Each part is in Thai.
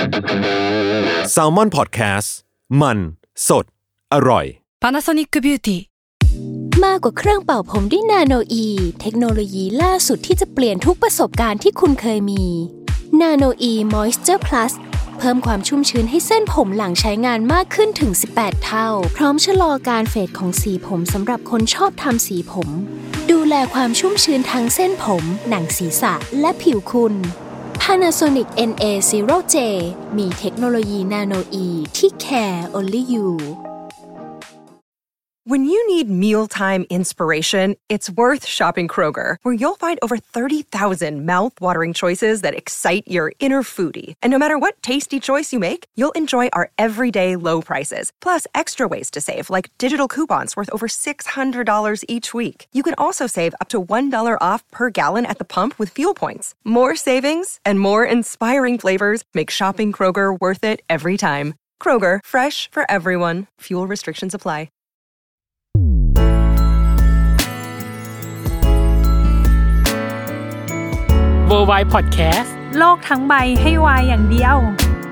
Salmon Podcast มันสดอร่อย Panasonic Beauty มากกว่าเครื่องเป่าผมด้วยนาโนอีเทคโนโลยีล่าสุดที่จะเปลี่ยนทุกประสบการณ์ที่คุณเคยมีนาโนอีมอยส์เจอร์พลัสเพิ่มความชุ่มชื้นให้เส้นผมหลังใช้งานมากขึ้นถึง18เท่าพร้อมชะลอการเฟดของสีผมสำหรับคนชอบทำสีผมดูแลความชุ่มชื้นทั้งเส้นผมหนังศีรษะและผิวคุณ Panasonic NA0J มีเทคโนโลยีนาโนอีที่ care only you When you need mealtime inspiration, it's worth shopping Kroger, where you'll find over 30,000 mouth-watering choices that excite your inner foodie. And no matter what tasty choice you make, you'll enjoy our everyday low prices, plus extra ways to save, like digital coupons worth over $600 each week. You can also save up to $1 off per gallon at the pump with fuel points. More savings and more inspiring flavors make shopping Kroger worth it every time. Kroger, fresh for everyone. Fuel restrictions apply. Worldwide Podcast โลกทั้งใบให้วายอย่างเดียว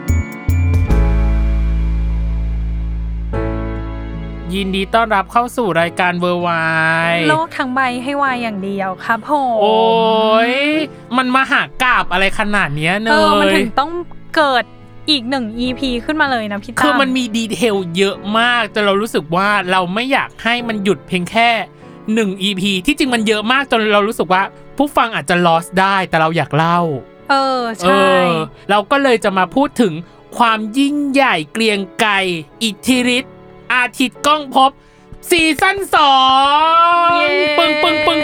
ยินดีต้อนรับเข้าสู่รายการ Worldwide โลกทั้งใบให้วายอย่างเดียวครับผมโอ้ยมันมหากาพย์อะไรขนาดเนี้ยเนยมันถึงต้องเกิดอีก1 EP ขึ้นมาเลยนะพี่ตั้มคือมันมีดีเทลเยอะมากจนเรารู้สึกว่าเราไม่อยากให้มันหยุดเพียงแค่1 EP ที่จริงมันเยอะมากจนเรารู้สึกว่าผู้ฟังอาจจะ lost ได้แต่เราอยากเล่าใช่เราก็เลยจะมาพูดถึงความยิ่งใหญ่เกรียงไกรอิทธิฤทธิ์อาทิตย์ก้องภพซีซั่น2ปึ้ง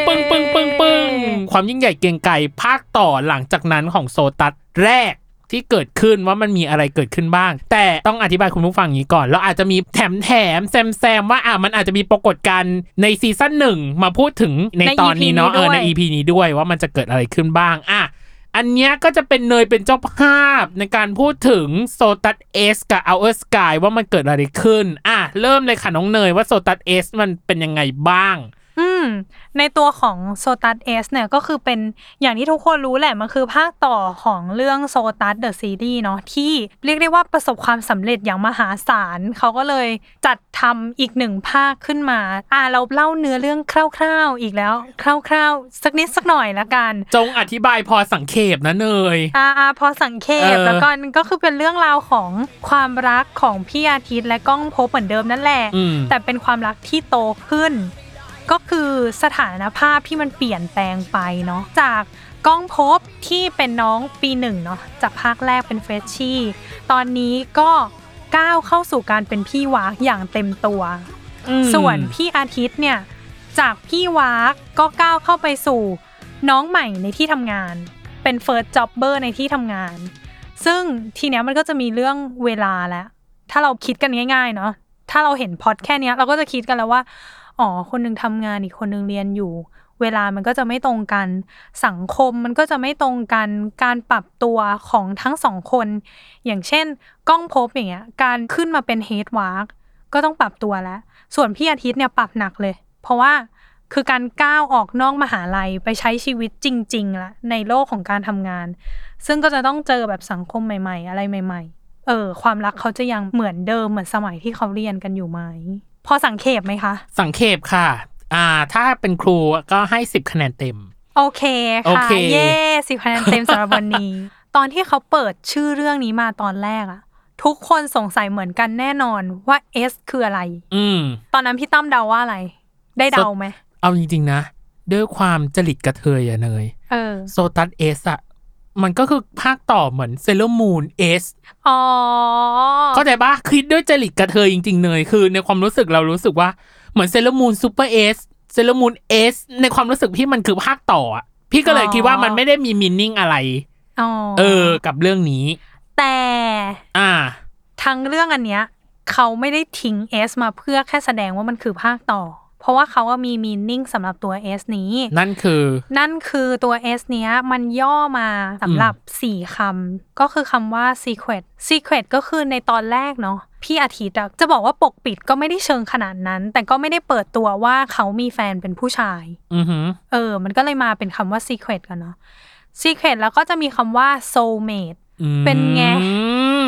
ความยิ่งใหญ่เกรียงไกรภาคต่อหลังจากนั้นของโซตัสแรกที่เกิดขึ้นว่ามันมีอะไรเกิดขึ้นบ้างแต่ต้องอธิบายคุณผู้ฟังอย่างนี้ก่อนแล้วอาจจะมีแถมแซมว่ามันอาจจะมีปรากฏการณ์ในซีซั่น1มาพูดถึงในตอนนี้เนาะใน EP นี้ด้วยว่ามันจะเกิดอะไรขึ้นบ้างอันเนี้ยก็จะเป็นเนยเป็นเจ้าภาพในการพูดถึงโซตัส S กับ Our Sky ว่ามันเกิดอะไรขึ้นเริ่มเลยค่ะน้องเนยว่าโซตัส S มันเป็นยังไงบ้างในตัวของโซตัส S เนี่ยก็คือเป็นอย่างที่ทุกคนรู้แหละมันคือภาคต่อของเรื่องโซตัสเดอะซีรีส์เนาะที่เรียกได้ว่าประสบความสำเร็จอย่างมหาศาลเขาก็เลยจัดทำอีก1ภาคขึ้นมาเราเล่าเนื้อเรื่องคร่าวๆอีกแล้วคร่าวๆสักนิดสักหน่อยละกันจงอธิบายพอสังเขปนะเนยพอสังเขปแล้วก็คือเป็นเรื่องราวของความรักของพี่อาทิตย์และก้องภพเหมือนเดิมนั่นแหละแต่เป็นความรักที่โตขึ้นก็คือสถานภาพที่มันเปลี่ยนแปลงไปเนาะจากก้องภพที่เป็นน้องปี1เนาะจากภาคแรกเป็นเฟรชชี่ตอนนี้ก็ก้าวเข้าสู่การเป็นพี่วากอย่างเต็มตัวส่วนพี่อาทิตย์เนี่ยจากพี่วากก็ก้าวเข้าไปสู่น้องใหม่ในที่ทำงานเป็นเฟิร์สจ็อบเบอร์ในที่ทำงานซึ่งทีเนี้ยมันก็จะมีเรื่องเวลาแล้วถ้าเราคิดกันง่ายๆเนาะถ้าเราเห็นพล็อตแค่เนี้ยเราก็จะคิดกันแล้วว่าคนนึงทำงานอีกคนนึงเรียนอยู่เวลามันก็จะไม่ตรงกันสังคมมันก็จะไม่ตรงกันการปรับตัวของทั้ง2คนอย่างเช่นก้องภพอย่างเงี้ยการขึ้นมาเป็นเฮดวาร์กก็ต้องปรับตัวแล้วส่วนพี่อาทิตย์เนี่ยปรับหนักเลยเพราะว่าคือการก้าวออกนอกมหาลัยไปใช้ชีวิตจริงๆละในโลกของการทำงานซึ่งก็จะต้องเจอแบบสังคมใหม่ๆอะไรใหม่ๆความรักเขาจะยังเหมือนเดิมเหมือนสมัยที่เขาเรียนกันอยู่ไหมพอสังเขปไหมคะสังเขปค่ะถ้าเป็นครูก็ให้10คะแนนเต็มโอเคค่ะเย้10คะแนนเต็มสำหรับวันนี้ตอนที่เขาเปิดชื่อเรื่องนี้มาตอนแรกทุกคนสงสัยเหมือนกันแน่นอนว่า S คืออะไรตอนนั้นพี่ตั้มเดาว่าอะไรได้เดาไหมเอาจริงๆนะด้วยความจริตกระเทยเนยโซตัส S มันก็คือภาคต่อเหมือนเซเลอร์มูน S เข้าใจป่ะคิดด้วยจริตกระเทยจริงๆเนยคือในความรู้สึกเรารู้สึกว่าเหมือนเซเลอร์มูนซูเปอร์ S เซเลอร์มูน S ในความรู้สึกพี่มันคือภาคต่อพี่ก็เลยคิดว่ามันไม่ได้มีมีนิ่งอะไรกับเรื่องนี้แต่ทั้งเรื่องอันเนี้ยเขาไม่ได้ทิ้ง S มาเพื่อแค่แสดงว่ามันคือภาคต่อเพราะว่าเขาว่ามีมีนิ่งสำหรับตัว S นี้นั่นคือตัว S เนี้ยมันย่อมาสำหรับ4คำก็คือคำว่า secret ก็คือในตอนแรกเนาะพี่อาทิตย์จะบอกว่าปกปิดก็ไม่ได้เชิงขนาดนั้นแต่ก็ไม่ได้เปิดตัวว่าเขามีแฟนเป็นผู้ชายมันก็เลยมาเป็นคำว่า secret กันเนาะ secret แล้วก็จะมีคำว่า soulmate เป็นไง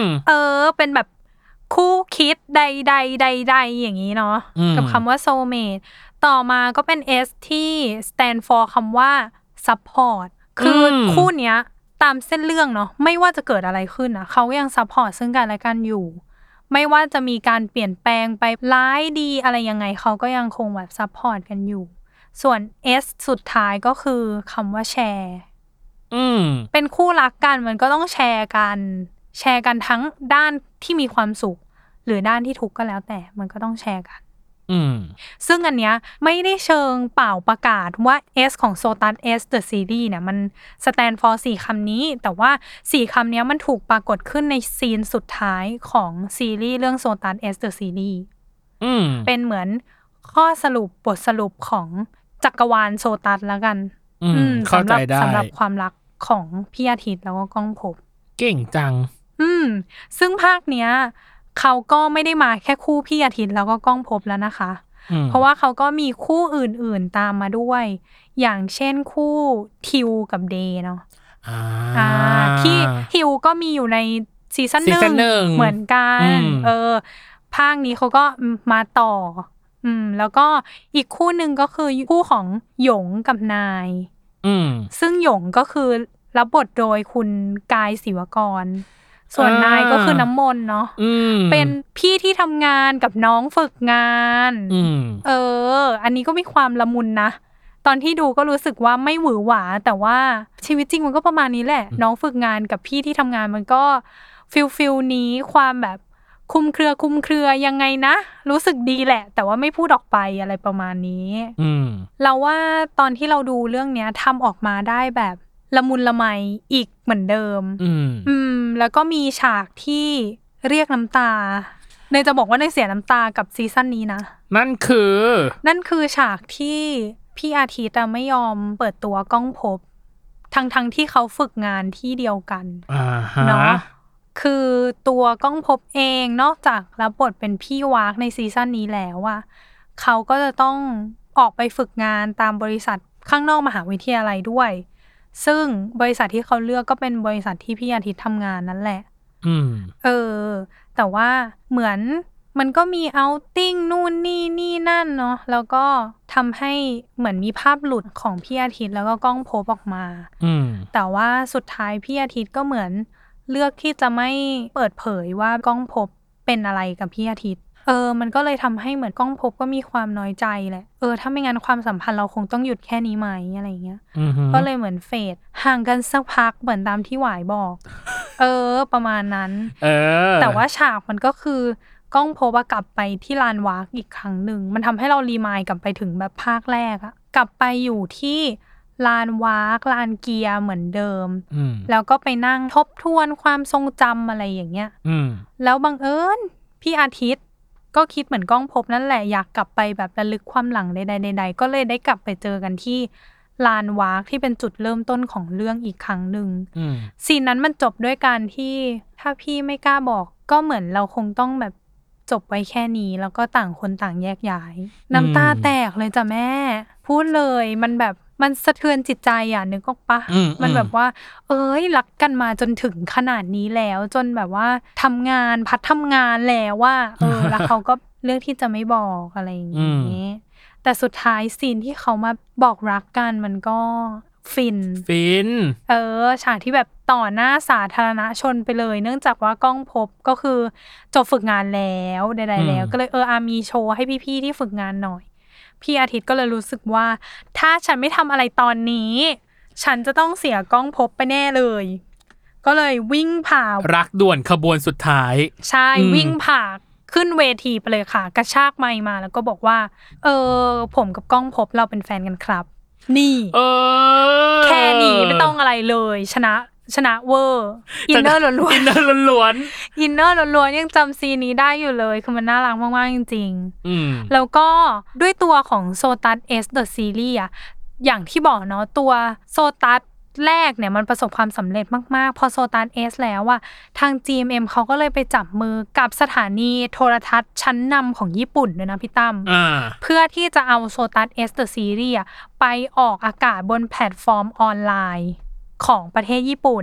เป็นแบบคู่คิดใดๆๆอย่างนี้เนาะกับคำว่า soulmate ต่อมาก็เป็น S ที่ stand for คำว่า support คือคู่เนี้ยตามเส้นเรื่องเนาะไม่ว่าจะเกิดอะไรขึ้นเขายัง support ซึ่งกันและกันอยู่ไม่ว่าจะมีการเปลี่ยนแปลงไปร้ายดีอะไรยังไงเขาก็ยังคงแบบ support กันอยู่ส่วน S สุดท้ายก็คือคำว่าแชร์เป็นคู่รักกันมันก็ต้องแชร์กันทั้งด้านที่มีความสุขหรือด้านที่ทุกข์ก็แล้วแต่มันก็ต้องแชร์กันซึ่งอันเนี้ยไม่ได้เชิงเปล่าประกาศว่า S ของ Sotus S The Series เนี่ยมัน stand for 4 คำนี้แต่ว่า4 คำนี้มันถูกปรากฏขึ้นในซีนสุดท้ายของซีรีส์เรื่อง Sotus S The Series เป็นเหมือนข้อสรุปบทสรุปของจักรวาลโซตัสแล้วกันสำหรับความรักของพี่อาทิตย์แล้วก็ก้องภพเก่งจังซึ่งภาคเนี้ยเขาก็ไม่ได้มาแค่คู่พี่อาทิตย์แล้วก็ก้องภพแล้วนะคะเพราะว่าเขาก็มีคู่อื่นๆตามมาด้วยอย่างเช่นคู่ทิวกับเดย์เนาะที่ทิวก็มีอยู่ในซีซั่น1เหมือนกันภาคนี้เขาก็มาต่อแล้วก็อีกคู่หนึ่งก็คือคู่ของหยงกับนายซึ่งหยงก็คือรับบทโดยคุณกายศิวกรส่วนนายก็คือน้ำมนต์เนาะเป็นพี่ที่ทำงานกับน้องฝึกงานอันนี้ก็มีความละมุนนะตอนที่ดูก็รู้สึกว่าไม่หวือหวาแต่ว่าชีวิตจริงมันก็ประมาณนี้แหละน้องฝึกงานกับพี่ที่ทำงานมันก็ฟิลนี้ความแบบคุมเครือยังไงนะรู้สึกดีแหละแต่ว่าไม่พูดออกไปอะไรประมาณนี้เราว่าตอนที่เราดูเรื่องเนี้ยทำออกมาได้แบบละมุนละไมอีกเหมือนเดิมแล้วก็มีฉากที่เรียกน้ำตาเนยจะบอกว่าเนยเสียน้ำตากับซีซั่นนี้นะนั่นคือฉากที่พี่อาทิตย์ไม่ยอมเปิดตัวก้องภพทั้งที่เขาฝึกงานที่เดียวกันเนาะคือตัวก้องภพเองนอกจากรับบทเป็นพี่วากในซีซั่นนี้แล้วอะเขาก็จะต้องออกไปฝึกงานตามบริษัทข้างนอกมหาวิทยาลัยด้วยซึ่งบริษัทที่เขาเลือกก็เป็นบริษัทที่พี่อาทิตย์ทำงานนั่นแหละแต่ว่าเหมือนมันก็มีเอาท์ติ้งนู่นนี่นั่นเนาะแล้วก็ทำให้เหมือนมีภาพหลุดของพี่อาทิตย์แล้วก็ก้องภพออกมาแต่ว่าสุดท้ายพี่อาทิตย์ก็เหมือนเลือกที่จะไม่เปิดเผยว่าก้องภพเป็นอะไรกับพี่อาทิตย์มันก็เลยทำให้เหมือนก้องภพก็มีความน้อยใจแหละถ้าไม่งั้นความสัมพันธ์เราคงต้องหยุดแค่นี้ไหมอะไรเงี้ยก็เลยเหมือนเฟดห่างกันสักพักเหมือนตามที่หวายบอกประมาณนั้นแต่ว่าฉากมันก็คือก้องภพกลับไปที่ลานวากอีกครั้งหนึ่งมันทำให้เรารีมายกลับไปถึงแบบภาคแรกอะกลับไปอยู่ที่ลานวากลานเกียร์เหมือนเดิมแล้วก็ไปนั่งทบทวนความทรงจำอะไรอย่างเงี้ยแล้วบังเอิญพี่อาทิตย์ก็คิดเหมือนก้องภพนั่นแหละอยากกลับไปแบบระลึกความหลังใดๆก็เลยได้กลับไปเจอกันที่ลานวากที่เป็นจุดเริ่มต้นของเรื่องอีกครั้งหนึ่งซีนนั้นมันจบด้วยการที่ถ้าพี่ไม่กล้าบอกก็เหมือนเราคงต้องแบบจบไว้แค่นี้แล้วก็ต่างคนต่างแยกย้ายน้ำตาแตกเลยจ้ะแม่พูดเลยมันแบบมันสะเทือนจิตใจอ่ะนึกออกปะมันแบบว่ารักกันมาจนถึงขนาดนี้แล้วจนแบบว่าทำงานทำงานแล้วว่าแล้วเขาก็เลือกที่จะไม่บอกอะไรอย่างงี้แต่สุดท้ายซีนที่เขามาบอกรักกันมันก็ฟินฉากที่แบบต่อหน้าสาธารณชนไปเลยเนื่องจากว่าก้องภพก็คือจบฝึกงานแล้วใดๆแล้วก็เลยมีโชว์ให้พี่ๆที่ฝึกงานหน่อยพี่อาทิตย์ก็เลยรู้สึกว่าถ้าฉันไม่ทำอะไรตอนนี้ฉันจะต้องเสียก้องภพไปแน่เลยก็เลยวิ่งผ่ารักด่วนขบวนสุดท้ายใช่วิ่งผ่าขึ้นเวทีไปเลยค่ะกระชากไมค์มาแล้วก็บอกว่าผมกับก้องภพเราเป็นแฟนกันครับนี่แค่นี้ไม่ต้องอะไรเลยชนะเวอร์อินเนอร์ล้วนอินเนอร์ล้วนยังจำซีนนี้ได้อยู่เลยคือมันน่ารักมากๆจริงๆแล้วก็ด้วยตัวของ Sotus S The Series อ่ะอย่างที่บอกเนาะตัว Sotus แรกเนี่ยมันประสบความสำเร็จมากๆพอ Sotus S แล้วอ่ะทาง GMM เขาก็เลยไปจับมือกับสถานีโทรทัศน์ชั้นนำของญี่ปุ่นด้วยนะพี่ตั้มเพื่อที่จะเอา Sotus S The Series อ่ะไปออกอากาศบนแพลตฟอร์มออนไลน์ของประเทศญี่ปุ่น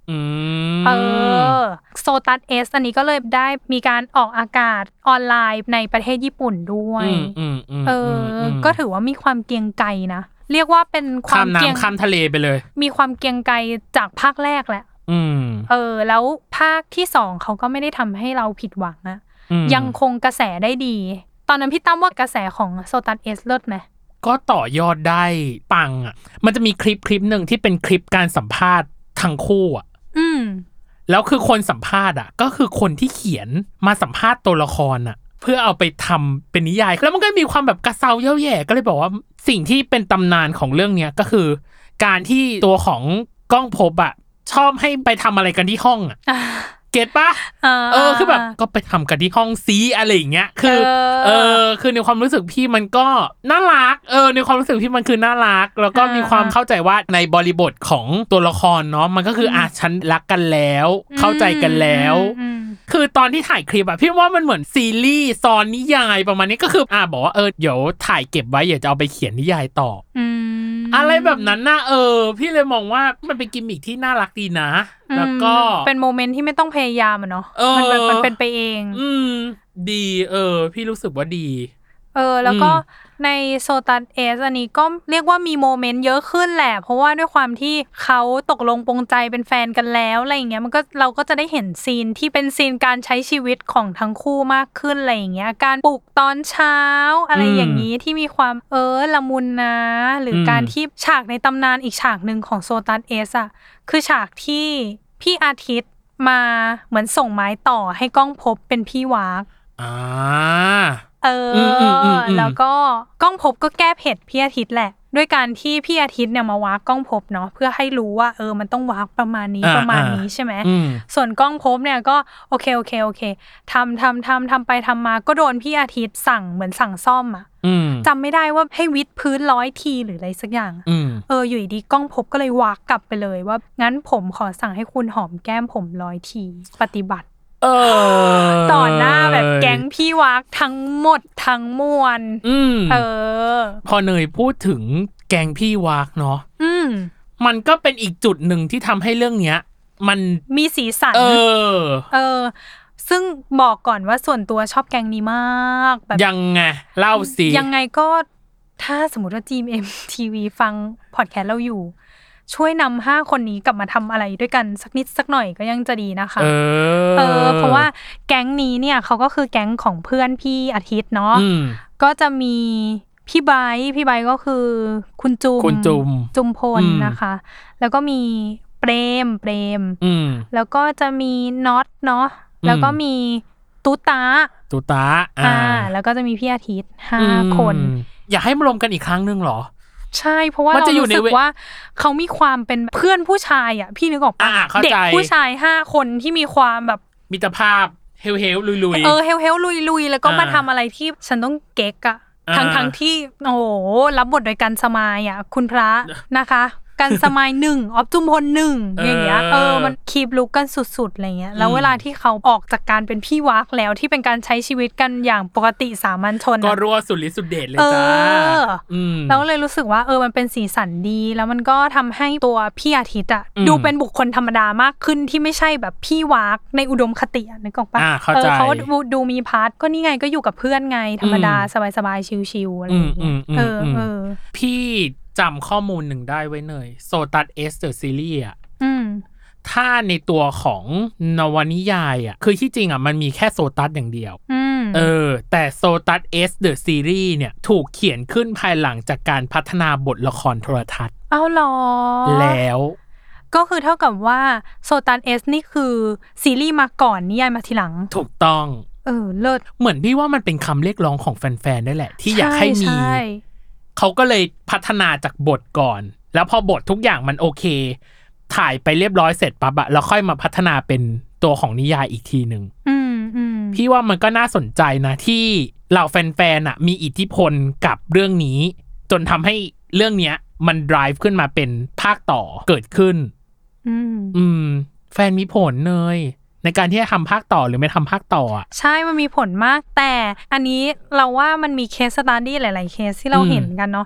โซตัสเอสอันนี้ก็เลยได้มีการออกอากาศออนไลน์ในประเทศญี่ปุ่นด้วยก็ถือว่ามีความเกรียงไกรนะเรียกว่าเป็นความเกรียงข้ามทะเลไปเลยมีความเกรียงไกรจากภาคแรกแหละแล้วภาคที่2เขาก็ไม่ได้ทำให้เราผิดหวังอะยังคงกระแสได้ดีตอนนั้นพี่ตั้มว่ากระแสของโซตัสเอสเลิศไหมก็ต่อยอดได้ปังอ่ะมันจะมีคลิปหนึ่งที่เป็นคลิปการสัมภาษณ์ทั้งคู่อ่ะแล้วคือคนสัมภาษณ์อ่ะก็คือคนที่เขียนมาสัมภาษณ์ตัวละครอ่ะเพื่อเอาไปทำเป็นนิยายแล้วมันก็มีความแบบกระเซาเย้าแย่ก็เลยบอกว่าสิ่งที่เป็นตำนานของเรื่องเนี้ยก็คือการที่ตัวของก้องภพอ่ะชอบให้ไปทำอะไรกันที่ห้องอ่ะเก็ทปะคือแบบก็ไปทำกันที่ห้องซีอะไรอย่างเงี้ยคือในความรู้สึกพี่มันก็น่ารักในความรู้สึกพี่มันคือน่ารักแล้วก็มีความเข้าใจว่าในบริบทของตัวละครเนาะมันก็คือฉันรักกันแล้วเข้าใจกันแล้วคือตอนที่ถ่ายคลิปอะพี่ว่ามันเหมือนซีรีส์ซ้อนนิยายประมาณนี้ก็คือบอกว่าเดี๋ยวถ่ายเก็บไว้เดี๋ยวจะเอาไปเขียนนิยายต่ออะไรแบบนั้นนะพี่เลยมองว่ามันเป็นกิมมิคที่น่ารักดีนะแล้วก็เป็นโมเมนต์ที่ไม่ต้องพยายามเนาะมันเป็นไปเองดีพี่รู้สึกว่าดีแล้วก็ในโซตัสเอสอันนี้ก็เรียกว่ามีโมเมนต์เยอะขึ้นแหละเพราะว่าด้วยความที่เขาตกลงปรงใจเป็นแฟนกันแล้วอะไรอย่างเงี้ยมันก็เราก็จะได้เห็นซีนที่เป็นซีนการใช้ชีวิตของทั้งคู่มากขึ้นอะไรอย่างเงี้ยการปลุกตอนเช้าอะไรอย่างนี้ที่มีความละมุนนะหรือการที่ฉากในตำนานอีกฉากนึงของโซตัสเอสอ่ะคือฉากที่พี่อาทิตย์มาเหมือนส่งไม้ต่อให้ก้องภพเป็นพี่วากแล้วก็ก้องภพก็แก้เผ็ดพี่อาทิตย์แหละด้วยการที่พี่อาทิตย์เนี่ยมาวากก้องภพเนาะเพื่อให้รู้ว่ามันต้องวากประมาณนี้ใช่ไหมส่วนก้องภพเนี่ยก็โอเคทำไปทำมาก็โดนพี่อาทิตย์สั่งเหมือนสั่งซ่อมอ่ะจำไม่ได้ว่าให้วิดพื้น100 ทีหรืออะไรสักอย่างอยู่ดีก้องภพก็เลยวากกลับไปเลยว่างั้นผมขอสั่งให้คุณหอมแก้มผม100 ทีปฏิบัติต่อหน้าแบบแก๊งพี่วักทั้งหมดทั้งมวลพอเนยพูดถึงแก๊งพี่วักเนาะมันก็เป็นอีกจุดหนึ่งที่ทำให้เรื่องเนี้ยมันมีสีสันซึ่งบอกก่อนว่าส่วนตัวชอบแก๊งนี้มากแบบยังไงเล่าสิยังไงก็ถ้าสมมติว่า GMMTV ฟังพอดแคสต์เราอยู่ช่วยนำ5 คนนี้กลับมาทำอะไรด้วยกันสักนิดสักหน่อยก็ยังจะดีนะคะเพราะว่าแก๊งนี้เนี่ยเขาก็คือแก๊งของเพื่อนพี่อาทิตย์เนาะก็จะมีพี่ไบร์ทก็คือคุณจุมพลนะคะแล้วก็มีเปรมแล้วก็จะมีน็อตเนาะแล้วก็มีตุ๊ตาแล้วก็จะมีพี่อาทิตย์5 คนอยากให้มารวมกันอีกครั้งนึงเหรอใช่เพราะว่าเรารู้สึกว่าเขามีความเป็นเพื่อนผู้ชายอ่ะพี่นึกออกปะเด็กผู้ชาย5 คนที่มีความแบบมิตรภาพเฮลลุยเฮลลุยแล้วก็มาทำอะไรที่ฉันต้องเก๊กอ่ะทั้งที่โอ้โหรับบทโดยกันสมายอ่ะคุณพระนะคะกันสมาย1ออฟจุมพล1อย่างเงี้ยมันคีปลุกกันสุดๆอะไรเงี้ยแล้วเวลาที่เขาออกจากการเป็นพี่วักแล้วที่เป็นการใช้ชีวิตกันอย่างปกติสามัญชนก็รัวสุดฤทธิ์สุดเดชเลยจ้าแล้วเลยรู้สึกว่ามันเป็นสีสันดีแล้วมันก็ทำให้ตัวพี่อาทิตย์อ่ะดูเป็นบุคคลธรรมดามากขึ้นที่ไม่ใช่แบบพี่วักในอุดมคตินึกออกปะเขาดูมีพาร์ทก็นี่ไงก็อยู่กับเพื่อนไงธรรมดาสบายๆชิลๆอะไรอย่างเงี้ยพี่จำข้อมูลหนึ่งได้ไว้เนยโซตัสเอสเดอะซีรีส์อ่ะถ้าในตัวของนวนิยายอ่ะคือที่จริงอ่ะมันมีแค่โซตัสอย่างเดียวแต่โซตัสเอสเดอะซีรีส์เนี่ยถูกเขียนขึ้นภายหลังจากการพัฒนาบทละครโทรทัศน์เอาหรอแล้วก็คือเท่ากับว่าโซตัสเอสนี่คือซีรีส์มาก่อนนิยายมาทีหลังถูกต้องเลิศเหมือนพี่ว่ามันเป็นคำเรียกร้องของแฟนๆได้แหละที่อยากให้มีเขาก็เลยพัฒนาจากบทก่อนแล้วพอบททุกอย่างมันโอเคถ่ายไปเรียบร้อยเสร็จปั๊บอะแล้วค่อยมาพัฒนาเป็นตัวของนิยายอีกทีนึงพี่ว่ามันก็น่าสนใจนะที่เหล่าแฟนๆอะมีอิทธิพลกับเรื่องนี้จนทำให้เรื่องเนี้ยมัน drive ขึ้นมาเป็นภาคต่อเกิดขึ้นแฟนมีผลเลยในการที่จะทำภาคต่อหรือไม่ทำภาคต่ออ่ะใช่มันมีผลมากแต่อันนี้เราว่ามันมีเคสสตั๊ดดี้หลายๆเคสที่เราเห็นกันเนาะ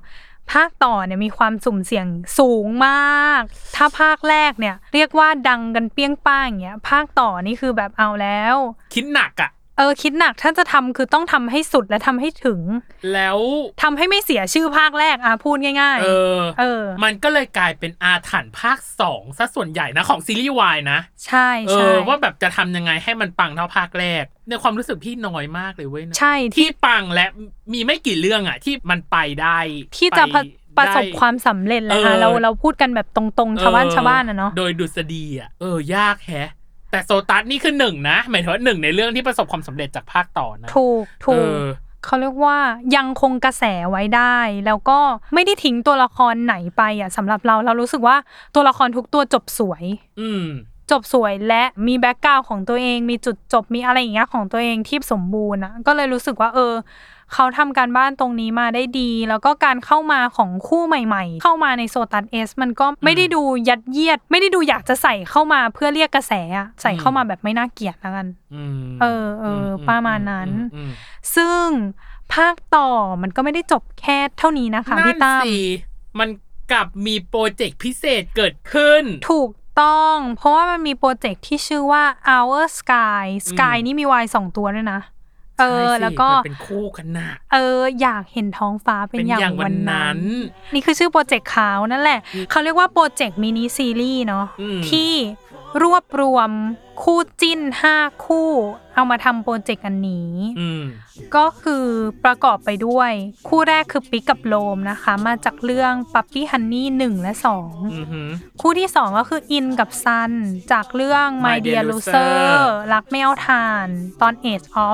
ภาคต่อเนี่ยมีความสุ่มเสี่ยงสูงมากถ้าภาคแรกเนี่ยเรียกว่าดังกันเปี้ยงป้างอย่างเงี้ยภาคต่อนี่คือแบบเอาแล้วคิดหนักอ่ะคิดหนักถ้าจะทำคือต้องทำให้สุดและทำให้ถึงแล้วทำให้ไม่เสียชื่อภาคแรกพูดง่ายๆมันก็เลยกลายเป็นอาถรรพ์ภาค2ซะส่วนใหญ่นะของซีรีส์วายนะใช่ว่าแบบจะทำยังไงให้มันปังเท่าภาคแรกในความรู้สึกพี่น้อยมากเลยเว้ยนะใช่ที่ปังและมีไม่กี่เรื่องอ่ะที่มันไปได้ที่จะประสบความสำเร็จเลยเราพูดกันแบบตรงๆชาวบ้านเนาะโดยดุษฎียากแฮะแต่โซตัสนี่คือ1นะหมายถึงว่า1ในเรื่องที่ประสบความสำเร็จจากภาคต่อนะถูกเขาเรียกว่ายังคงกระแสไว้ได้แล้วก็ไม่ได้ทิ้งตัวละครไหนไปสำหรับเรารู้สึกว่าตัวละครทุกตัวจบสวยจบสวยและมีแบ็คกราวด์ของตัวเองมีจุดจบมีอะไรอย่างเงี้ยของตัวเองที่สมบูรณ์ก็เลยรู้สึกว่าเขาทำการบ้านตรงนี้มาได้ดีแล้วก็การเข้ามาของคู่ใหม่ๆเข้ามาในโซตัสเอสมันก็ไม่ได้ดูยัดเยียดไม่ได้ดูอยากจะใส่เข้ามาเพื่อเรียกกระแสใส่เข้ามาแบบไม่น่าเกลียดแล้วกันประมาณนั้นซึ่งภาคต่อมันก็ไม่ได้จบแค่เท่านี้นะคะพี่ตั้มมันกลับมีโปรเจกต์พิเศษเกิดขึ้นถูกต้องเพราะว่ามันมีโปรเจกต์ที่ชื่อว่า Our Sky นี่มี Y 2ตัวด้วยนะแล้วก็เป็นคู่กันน่ะอยากเห็นท้องฟ้าเป็นอย่างวันนั้นนี่คือชื่อโปรเจกต์เขานั่นแหละเขาเรียกว่าโปรเจกต์มินิซีรีส์เนาะที่รวบรวมคู่จิ้น5คู่เอามาทำโปรเจกต์อันนี้ก็คือประกอบไปด้วยคู่แรกคือปิ๊กกับโลมนะคะมาจากเรื่อง Puppy Honey 1 และ 2คู่ที่2ก็คืออินกับซันจากเรื่อง My Dear Loser รักไม่เอาทานตอน Age of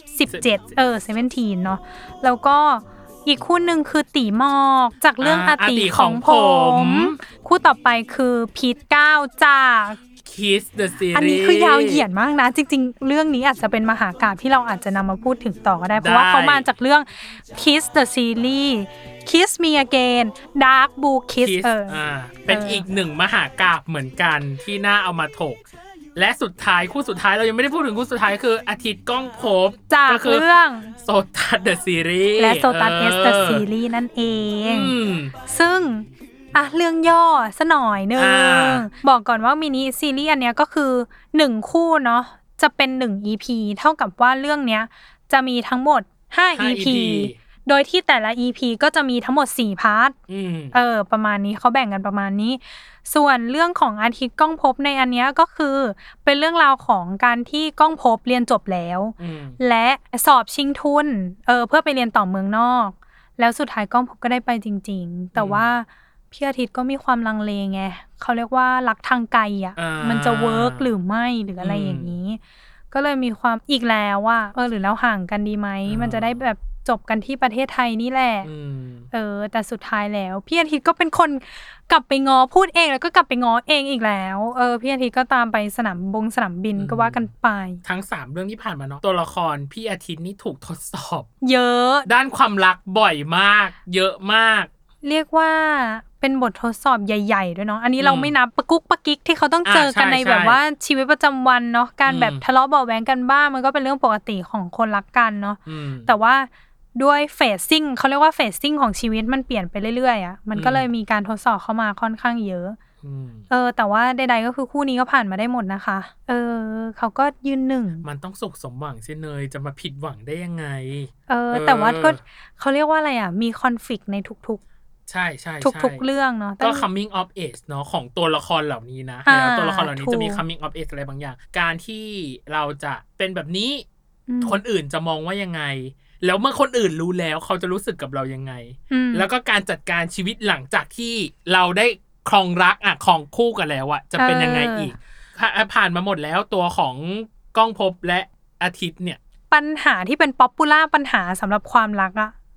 17 เนาะแล้วก็อีกคู่หนึ่งคือตีหมอกจากเรื่องอาติของผมคู่ต่อไปคือพีท9จาก Kiss the Series อันนี้คือยาวเหยียดมากนะจริงๆเรื่องนี้อาจจะเป็นมหากาพย์ที่เราอาจจะนำมาพูดถึงต่อก็ได้เพราะว่าเขามาจากเรื่อง Kiss the Series Kiss Me Again Dark Blue Kiss เป็นอีก1มหากาพย์เหมือนกันที่น่าเอามาถกและสุดท้ายคู่สุดท้ายเรายังไม่ได้พูดถึงคู่สุดท้ายคืออาทิตย์ก้องภพจากเรื่อง Sotas the Series และ Sotas the Series นั่นเองซึ่งเรื่องย่อซะหน่อยนึงบอกก่อนว่ามินิซีรีส์อันเนี้ยก็คือ1คู่เนาะจะเป็น1 EP เท่ากับว่าเรื่องเนี้ยจะมีทั้งหมด5 EP โดยที่แต่ละ EP ก็จะมีทั้งหมด4พาร์ทประมาณนี้เขาแบ่งกันประมาณนี้ส่วนเรื่องของอาทิตย์ก้องภพในอันเนี้ยก็คือเป็นเรื่องราวของการที่ก้องภพเรียนจบแล้วและสอบชิงทุนเพื่อไปเรียนต่อเมืองนอกแล้วสุดท้ายก้องภพก็ได้ไปจริงๆแต่ว่าพี่อาทิตย์ก็มีความลังเลไงเขาเรียกว่ารักทางไกลมันจะเวิร์กหรือไม่หรืออะไรอย่างนี้ก็เลยมีความอีกแล้วว่าหรือแล้วห่างกันดีไหมมันจะได้แบบจบกันที่ประเทศไทยนี่แหละแต่สุดท้ายแล้วพี่อาทิตย์ก็เป็นคนกลับไปง้อพูดเองแล้วก็กลับไปง้อเองอีกแล้วพี่อาทิตย์ก็ตามไปสนามบินก็ว่ากันไปทั้ง3เรื่องที่ผ่านมาเนาะตัวละครพี่อาทิตย์นี่ถูกทดสอบเยอะด้านความรักบ่อยมากเยอะมากเรียกว่าเป็นบททดสอบใหญ่ๆด้วยเนาะอันนี้เราไม่นับปะกุ๊กปะกิ๊กที่เขาต้องเจอกันในแบบว่าชีวิตประจำวันเนาะการแบบทะเลาะเบาะแว้งกันบ้างมันก็เป็นเรื่องปกติของคนรักกันเนาะแต่ว่าด้วยเฟสซิ่งเขาเรียกว่าเฟสซิ่งของชีวิตมันเปลี่ยนไปเรื่อยๆมันก็เลยมีการทดสอบเข้ามาค่อนข้างเยอะแต่ว่าใดๆก็คือคู่นี้ก็ผ่านมาได้หมดนะคะเขาก็ยืน1 มันต้องสุขสมหวังสิเนยจะมาผิดหวังได้ยังไงแต่ว่าก็เขาเรียกว่าอะไรมีคอนฟลิกต์ในทุกๆใช่ทุกๆเรื่องเนาะก็ coming of age เนาะของตัวละครเหล่านี้นะแล้วตัวละครเหล่านี้จะมี coming of age อะไรบางอย่างการที่เราจะเป็นแบบนี้คนอื่นจะมองว่ายังไงแล้วเมื่อคนอื่นรู้แล้วเขาจะรู้สึกกับเรายังไงแล้วก็การจัดการชีวิตหลังจากที่เราได้ครองรักครองคู่กันแล้วจะเป็นยังไงอีกผ่านมาหมดแล้วตัวของก้องภพและอาทิตย์เนี่ยปัญหาที่เป็นป๊อปปูล่าปัญหาสำหรับความรัก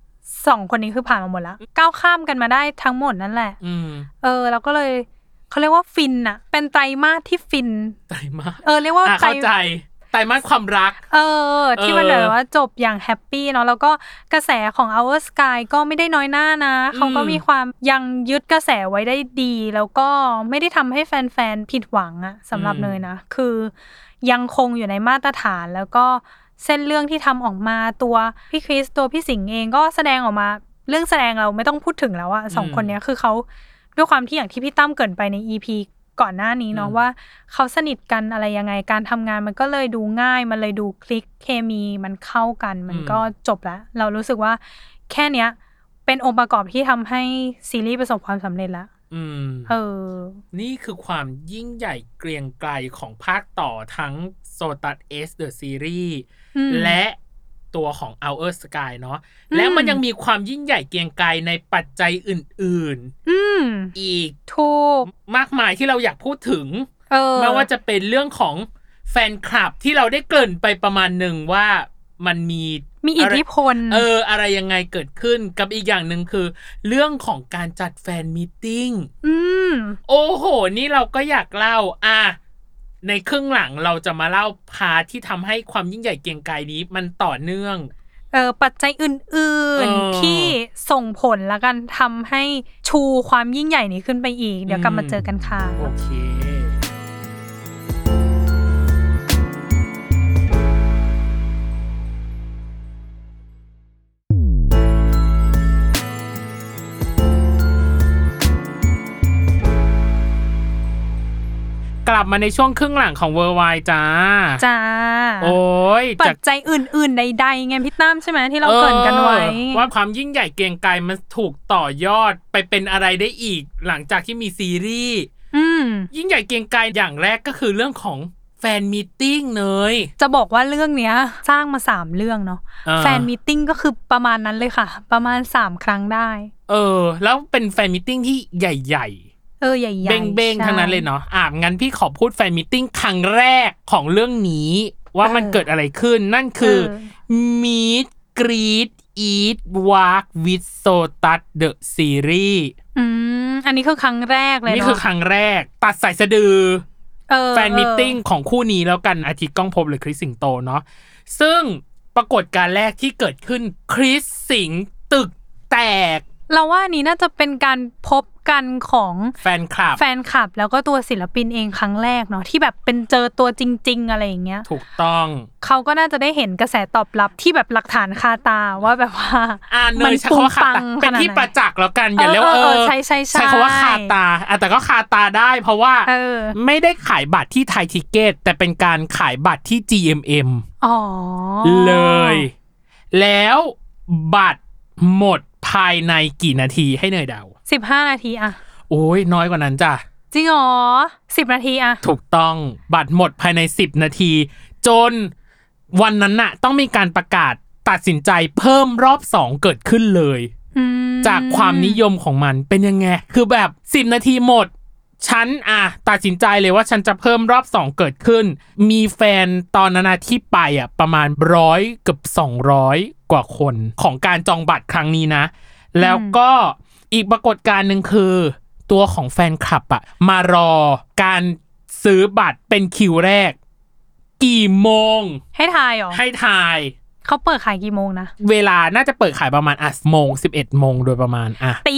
2คนนี้คือผ่านมาหมดแล้วก้าวข้ามกันมาได้ทั้งหมดนั่นแหละแล้วก็เลยเขาเรียกว่าฟินเป็นไตรมาสที่ฟินไตรมาสเรียกว่าเข้าใจไตรมาสความรักที่มันแบบว่าจบอย่างแฮปปี้เนาะแล้วก็กระแสของ Our Sky ก็ไม่ได้น้อยหน้านะเขาก็มีความยังยึดกระแสไว้ได้ดีแล้วก็ไม่ได้ทำให้แฟนๆผิดหวังสำหรับเนยนะคือยังคงอยู่ในมาตรฐานแล้วก็เส้นเรื่องที่ทำออกมาตัวพี่คริสตัวพี่สิงห์เองก็แสดงออกมาเรื่องแสดงเราไม่ต้องพูดถึงแล้วอะ2คนนี้คือเขาด้วยความที่อย่างที่พี่ตั้มเกริ่นไปใน EP ก่อนหน้านี้เนาะว่าเขาสนิทกันอะไรยังไงการทำงานมันก็เลยดูง่ายมันเลยดูคลิกเคมีมันเข้ากันมันก็จบแล้วเรารู้สึกว่าแค่เนี้ยเป็นองค์ประกอบที่ทำให้ซีรีส์ประสบความสำเร็จแล้วนี่คือความยิ่งใหญ่เกรียงไกรของภาคต่อทั้ง Sotus S The Series และตัวของ Our Sky เนาะแล้วมันยังมีความยิ่งใหญ่เกรียงไกรในปัจจัยอื่นๆอีกถูกมากมายที่เราอยากพูดถึงไม่ว่าจะเป็นเรื่องของแฟนคลับที่เราได้เกริ่นไปประมาณหนึ่งว่ามันมีอิทธิพลอะไรยังไงเกิดขึ้นกับอีกอย่างหนึ่งคือเรื่องของการจัดแฟนมีตติ้งโอ้โหนี่เราก็อยากเล่าในครึ่งหลังเราจะมาเล่าพาร์ทที่ทำให้ความยิ่งใหญ่เกรียงไกรนี้มันต่อเนื่องปัจจัยอื่นๆที่ส่งผลแล้วกันทำให้ชูความยิ่งใหญ่นี้ขึ้นไปอีกเดี๋ยวกลับมาเจอกันค่ะโอเคกลับมาในช่วงครึ่งหลังของ Worldwide จ้าโอ้ยปัจจัยอื่นๆใดๆไงพี่ตั้มใช่ไหมที่เราเกริ่นกันไว้ว่าความยิ่งใหญ่เกรียงไกรมันถูกต่อยอดไปเป็นอะไรได้อีกหลังจากที่มีซีรีส์ยิ่งใหญ่เกรียงไกรอย่างแรกก็คือเรื่องของแฟนมีตติ้งเนยจะบอกว่าเรื่องเนี้ยสร้างมา3เรื่องเนาะแฟนมีตติ้งก็คือประมาณนั้นเลยค่ะประมาณ3ครั้งได้แล้วเป็นแฟนมีตติ้งที่ใหญ่ใหญ่ๆเบ้งๆทั้งนั้นเลยเนาะงั้นพี่ขอพูดแฟนมีตติ้งครั้งแรกของเรื่องนี้ว่ามันเกิดอะไรขึ้นนั่นคือ Meet Greet Eat Walk with Sotus The Series อันนี้คือครั้งแรกเลยเนาะนี่คือครั้งแรกตัดสายสะดือแฟนมีตติ้งของคู่นี้แล้วกันอาทิตย์ก้องภพหรือคริสสิงโตเนาะซึ่งปรากฏการณ์แรกที่เกิดขึ้นคริสสิงตึกแตกเราว่านี้น่าจะเป็นการพบกันของแฟนคลับแล้วก็ตัวศิลปินเองครั้งแรกเนาะที่แบบเป็นเจอตัวจริงๆอะไรอย่างเงี้ยถูกต้องเขาก็น่าจะได้เห็นกระแสตอบรับที่แบบหลักฐานคาตาว่าแบบว่ามันปุ้งปังเป็นที่ประจักษ์แล้วกันอย่าเรียกว่าใช่คำว่าคาตาแต่ก็คาตาได้เพราะว่าไม่ได้ขายบัตรที่ไทยทิเก็ตแต่เป็นการขายบัตรที่ GMM เลยแล้วบัตรหมดภายในกี่นาทีให้เนยเดา 15 นาทีอะโอ้ยน้อยกว่านั้นจ้ะจริงเหรอ10 นาทีอะถูกต้องบัตรหมดภายใน10 นาทีจนวันนั้นน่ะต้องมีการประกาศตัดสินใจเพิ่มรอบ2เกิดขึ้นเลยจากความนิยมของมันเป็นยังไงคือแบบ10 นาทีหมดฉันตัดสินใจเลยว่าฉันจะเพิ่มรอบ2เกิดขึ้นมีแฟนตอนนั้นที่ไปประมาณ100กับ200กว่าคนของการจองบัตรครั้งนี้นะแล้วก็อีกปรากฏการณ์นึงคือตัวของแฟนคลับมารอการซื้อบัตรเป็นคิวแรกกี่โมงให้ทายหรอให้ทายเขาเปิดขายกี่โมงนะเวลาน่าจะเปิดขายประมาณโมง11 โมงโดยประมาณตี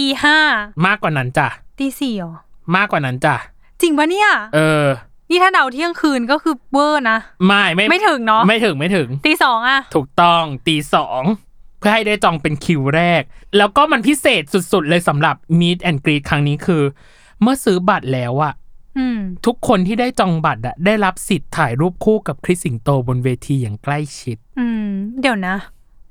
5 มากกว่านั้นจ้ะตี 4หรอมากกว่านั้นจ้ะจริงปะเนี่ยนี่ถ้าเดาเที่ยงคืนก็คือเวอร์นะไม่ถึงเนาะไม่ถึงตี 2 ถูกต้องตี 2เพื่อให้ได้จองเป็นคิวแรกแล้วก็มันพิเศษสุดๆเลยสำหรับ Meet and Greet ครั้งนี้คือเมื่อซื้อบัตรแล้วทุกคนที่ได้จองบัตรได้รับสิทธิ์ถ่ายรูปคู่กับคริสสิงโตบนเวทีอย่างใกล้ชิดเดี๋ยวนะ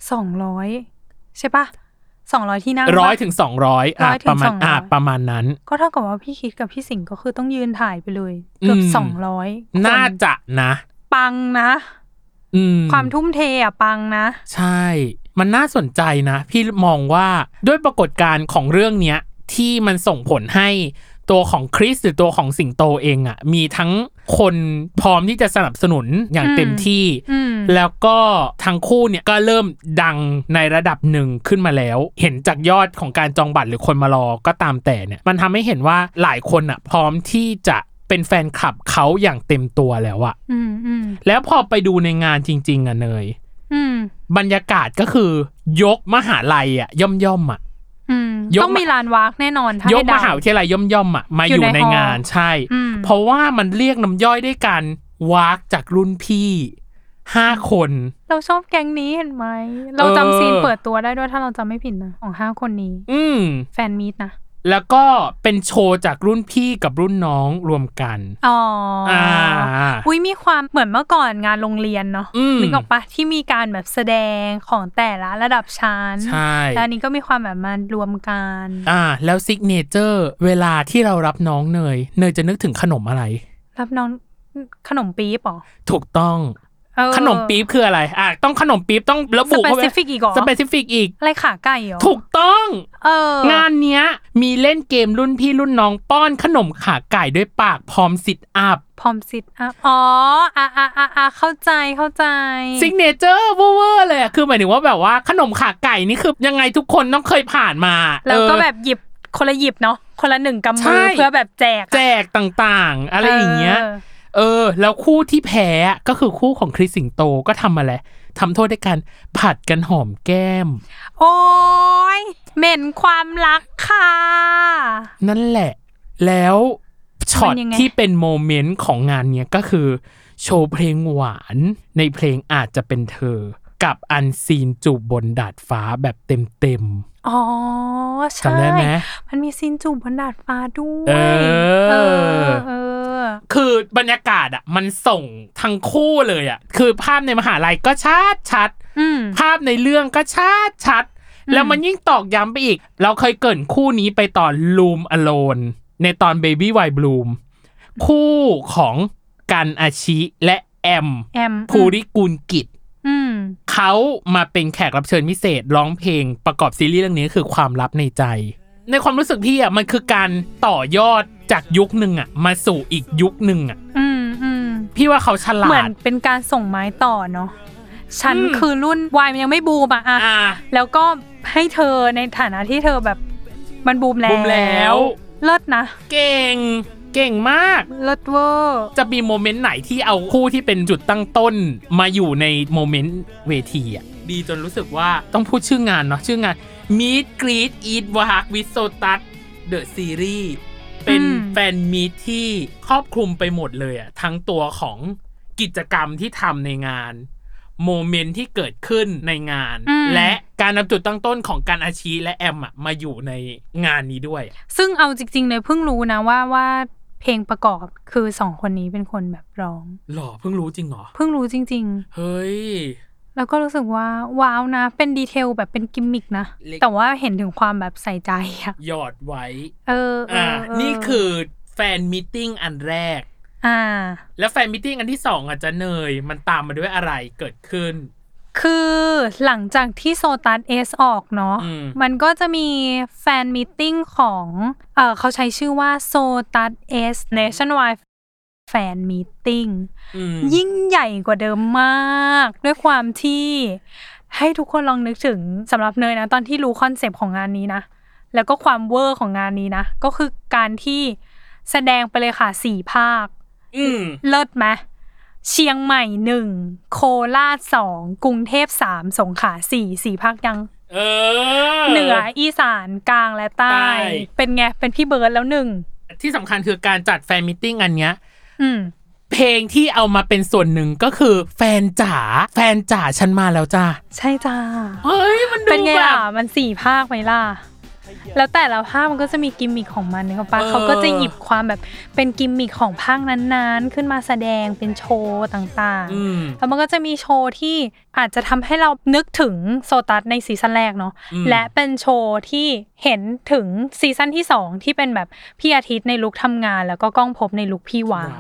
200ใช่ปะ200ที่นั่ง 100 ถึง 200ประมาณนั้นก็เท่ากับว่าพี่คิดกับพี่สิงห์ก็คือต้องยืนถ่ายไปเลยเกือบ200 น่าจะนะปังนะความทุ่มเทปังนะใช่มันน่าสนใจนะพี่มองว่าด้วยปรากฏการณ์ของเรื่องเนี้ยที่มันส่งผลให้ตัวของคริสหรือตัวของสิงโตเองมีทั้งคนพร้อมที่จะสนับสนุนอย่างเต็มที่แล้วก็ทั้งคู่เนี่ยก็เริ่มดังในระดับหนึ่งขึ้นมาแล้วเห็นจากยอดของการจองบัตรหรือคนมารอก็ตามแต่เนี่ยมันทำให้เห็นว่าหลายคนพร้อมที่จะเป็นแฟนคลับเขาอย่างเต็มตัวแล้วแล้วพอไปดูในงานจริงๆเนยบรรยากาศก็คือยกมหาลัยย่อมต้องมีลานวากแน่นอนถ้ายกมหาวิทยาลัยย่อมมาอยู่ในงานใช่เพราะว่ามันเรียกน้ำย่อยด้วยกันวากจากรุ่นพี่ 5 คนเราชอบแก๊งนี้เห็นไหมเราจำซีนเปิดตัวได้ด้วยถ้าเราจำไม่ผิดนะของ5 คนนี้แฟนมีตนะแล้วก็เป็นโชว์จากรุ่นพี่กับรุ่นน้องรวมกันอุ้ยมีความเหมือนเมื่อก่อนงานโรงเรียนเนาะนึกออกปะที่มีการแบบแสดงของแต่ละระดับชั้นใช่แล้วนี้ก็มีความแบบมารวมกันแล้วซิกเนเจอร์เวลาที่เรารับน้องเนยจะนึกถึงขนมอะไรรับน้องขนมปี๊บหรอถูกต้องขนมปี๊บคืออะไรต้องขนมปี๊บต้องระบุเข้าไปสเปซิฟิกอีกอะไรขาไก่เหรอถูกต้องงานเนี้ยมีเล่นเกมรุ่นพี่รุ่นน้องป้อนขนมขาไก่ด้วยปากพร้อมซิทอัพเข้าใจซิกเนเจอร์เวอร์เลยคือหมายถึงว่าแบบว่าขนมขาไก่นี่คือยังไงทุกคนต้องเคยผ่านมาแล้วก็แบบหยิบคนละหยิบเนาะคนละ1 กำมือเพื่อแบบแจกต่างๆอะไรอย่างเงี้ยแล้วคู่ที่แพ้ก็คือคู่ของคริสสิงโตก็ทำอะไรทำโทษด้วยการผัดกันหอมแก้มโอ้ยเหม็นความรักค่ะนั่นแหละแล้วช็อตที่เป็นโมเมนต์ของงานเนี้ยก็คือโชว์เพลงหวานในเพลงอาจจะเป็นเธอกับอันซีนจูบบนดาดฟ้าแบบเต็มอ๋อใช่จำได้ไหมมันมีซีนจูบบนดาดฟ้าด้วยคือบรรยากาศมันส่งทั้งคู่เลยคือภาพในมหาลัยก็ชัดภาพในเรื่องก็ชัดแล้วมันยิ่งตอกย้ำไปอีกเราเคยเกริ่นคู่นี้ไปตอน Room Alone ในตอน Baby White Bloom คู่ของกันอาชิและแอมภูริกุลกิจเขามาเป็นแขกรับเชิญพิเศษร้องเพลงประกอบซีรีส์เรื่องนี้คือความลับในใจในความรู้สึกพี่มันคือการต่อยอดจากยุคนึงมาสู่อีกยุคนึงพี่ว่าเขาฉลาดเหมือนเป็นการส่งไม้ต่อเนาะฉันคือรุ่นวายมันยังไม่บูมแล้วก็ให้เธอในฐานะที่เธอแบบมันบูมแล้วเลิศนะเก่งมากเลิศเวอร์จะมีโมเมนต์ไหนที่เอาคู่ที่เป็นจุดตั้งต้นมาอยู่ในโมเมนต์เวทีดีจนรู้สึกว่าต้องพูดชื่องานเนาะชื่องาน Meet Greet Eat Walk with Sotas The Series เป็นแฟนมีตที่ครอบคลุมไปหมดเลยทั้งตัวของกิจกรรมที่ทำในงานโมเมนต์ที่เกิดขึ้นในงานและการนำจุดตั้งต้นของการอาชีและแอมมาอยู่ในงานนี้ด้วยซึ่งเอาจริงๆเลยเพิ่งรู้นะว่าเพลงประกอบคือ2 คนนี้เป็นคนแบบร้องหรอเพิ่งรู้จริงเหรอเพิ่งรู้จริงๆเฮ้ยแล้วก็รู้สึกว่าว้าวนะเป็นดีเทลแบบเป็นกิมมิกนะแต่ว่าเห็นถึงความแบบใส่ใจหยอดไว้นี่คือแฟนมีตติ้งอันแรกแล้วแฟนมีตติ้งอันที่2จะเนยมันตามมาด้วยอะไรเกิดขึ้นคือหลังจากที่โซตัสเอสออกเนาะมันก็จะมีแฟนมีตติ้งของเขาใช้ชื่อว่าโซตัสเอส Nationwide แฟนมีตติ้งยิ่งใหญ่กว่าเดิมมากด้วยความที่ให้ทุกคนลองนึกถึงสำหรับเนยนะตอนที่รู้คอนเซปต์ของงานนี้นะแล้วก็ความเวอร์ของงานนี้นะก็คือการที่แสดงไปเลยค่ะ4 ภาคเลิศไหมเชียงใหม่1โคราช2กรุงเทพ3สงขลา4ภาคยังเหนืออีสานกลางและใต้เป็นไงเป็นพี่เบิร์ดแล้ว1 ที่สำคัญคือการจัดแฟนมีตติ้งอันเนี้ยเพลงที่เอามาเป็นส่วนหนึ่งก็คือแฟนจ๋าฉันมาแล้วจ้าใช่จ้าเฮ้ยมันดูเป็นไงล่ะมัน4 ภาคไหมล่ะแล้วแต่ละภาคมันก็จะมีกิมมิคของมันนะครับป้าเขาก็จะหยิบความแบบเป็นกิมมิคของภาคนั้นๆขึ้นมาแสดงเป็นโชว์ต่างๆแล้วมันก็จะมีโชว์ที่อาจจะทำให้เรานึกถึงโซตัสในซีซั่นแรกเนาะและเป็นโชว์ที่เห็นถึงซีซั่นที่2ที่เป็นแบบพี่อาทิตย์ในลุคทำงานแล้วก็ก้องภพในลุคพี่วา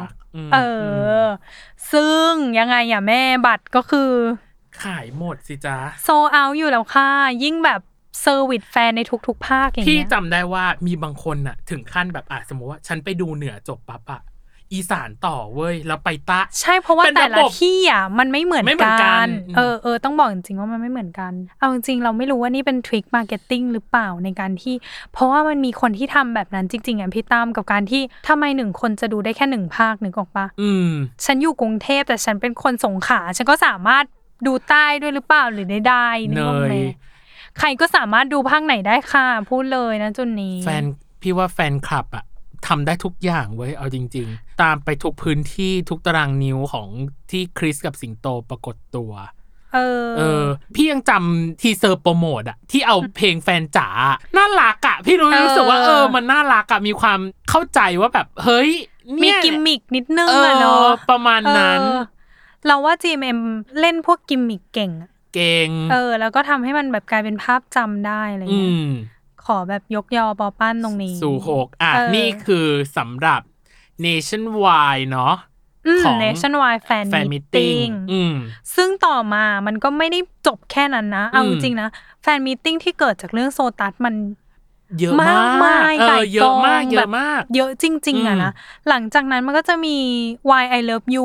ซึ่งยังไงแม่บัตรก็คือขายหมดสิจ๊ะโซเอาอยู่แล้วค่ะยิ่งแบบเซอร์วิสแฟนในทุกๆภาคอย่างเงี้ยพี่จำได้ว่ามีบางคนถึงขั้นแบบสมมติว่าฉันไปดูเหนือจบปั๊บอีสานต่อเว้ยแล้วไปใต้ใช่เพราะว่าแต่ละที่มันไม่เหมือนกันต้องบอกจริงๆว่ามันไม่เหมือนกันเอาจริงๆเราไม่รู้ว่านี่เป็นทริคมาร์เก็ตติ้งหรือเปล่าในการที่เพราะว่ามันมีคนที่ทำแบบนั้นจริงๆพี่ตั้มกับการที่ทำไม1 คนจะดูได้แค่1 ภาคนึกออกปะฉันอยู่กรุงเทพแต่ฉันเป็นคนสงขลาฉันก็สามารถดูใต้ด้วยหรือเปล่าหรือได้นึกออกไหมใครก็สามารถดูภาคไหนได้ค่ะพูดเลยนะจุดนี้พี่ว่าแฟนคลับทำได้ทุกอย่างเว้ยเอาจริงๆตามไปทุกพื้นที่ทุกตารางนิ้วของที่คริสกับสิงโตปรากฏตัวพี่ยังจำทีเซอร์โปรโมทอะที่เอาเพลงแฟนจ๋าน่ารักอะพี่รู้สึกว่ามันน่ารักอะมีความเข้าใจว่าแบบเฮ้ยมีกิมมิกนิดนึงอะเนาะประมาณนั้นเราว่า GMM เล่นพวกกิมมิกเก่งแล้วก็ทำให้มันแบบกลายเป็นภาพจำได้อะไรเงี้ยขอแบบยกยอปอปั้นตรงนี้สู่6นี่คือสำหรับ Nationwide เนาะของ Nationwide Fan Meeting ซึ่งต่อมามันก็ไม่ได้จบแค่นั้นนะเอาจริงๆนะ Fan Meeting ที่เกิดจากเรื่องโซตัสมันเยอะมากเยอะมากเยอะจริงๆอะนะหลังจากนั้นมันก็จะมี Why I Love You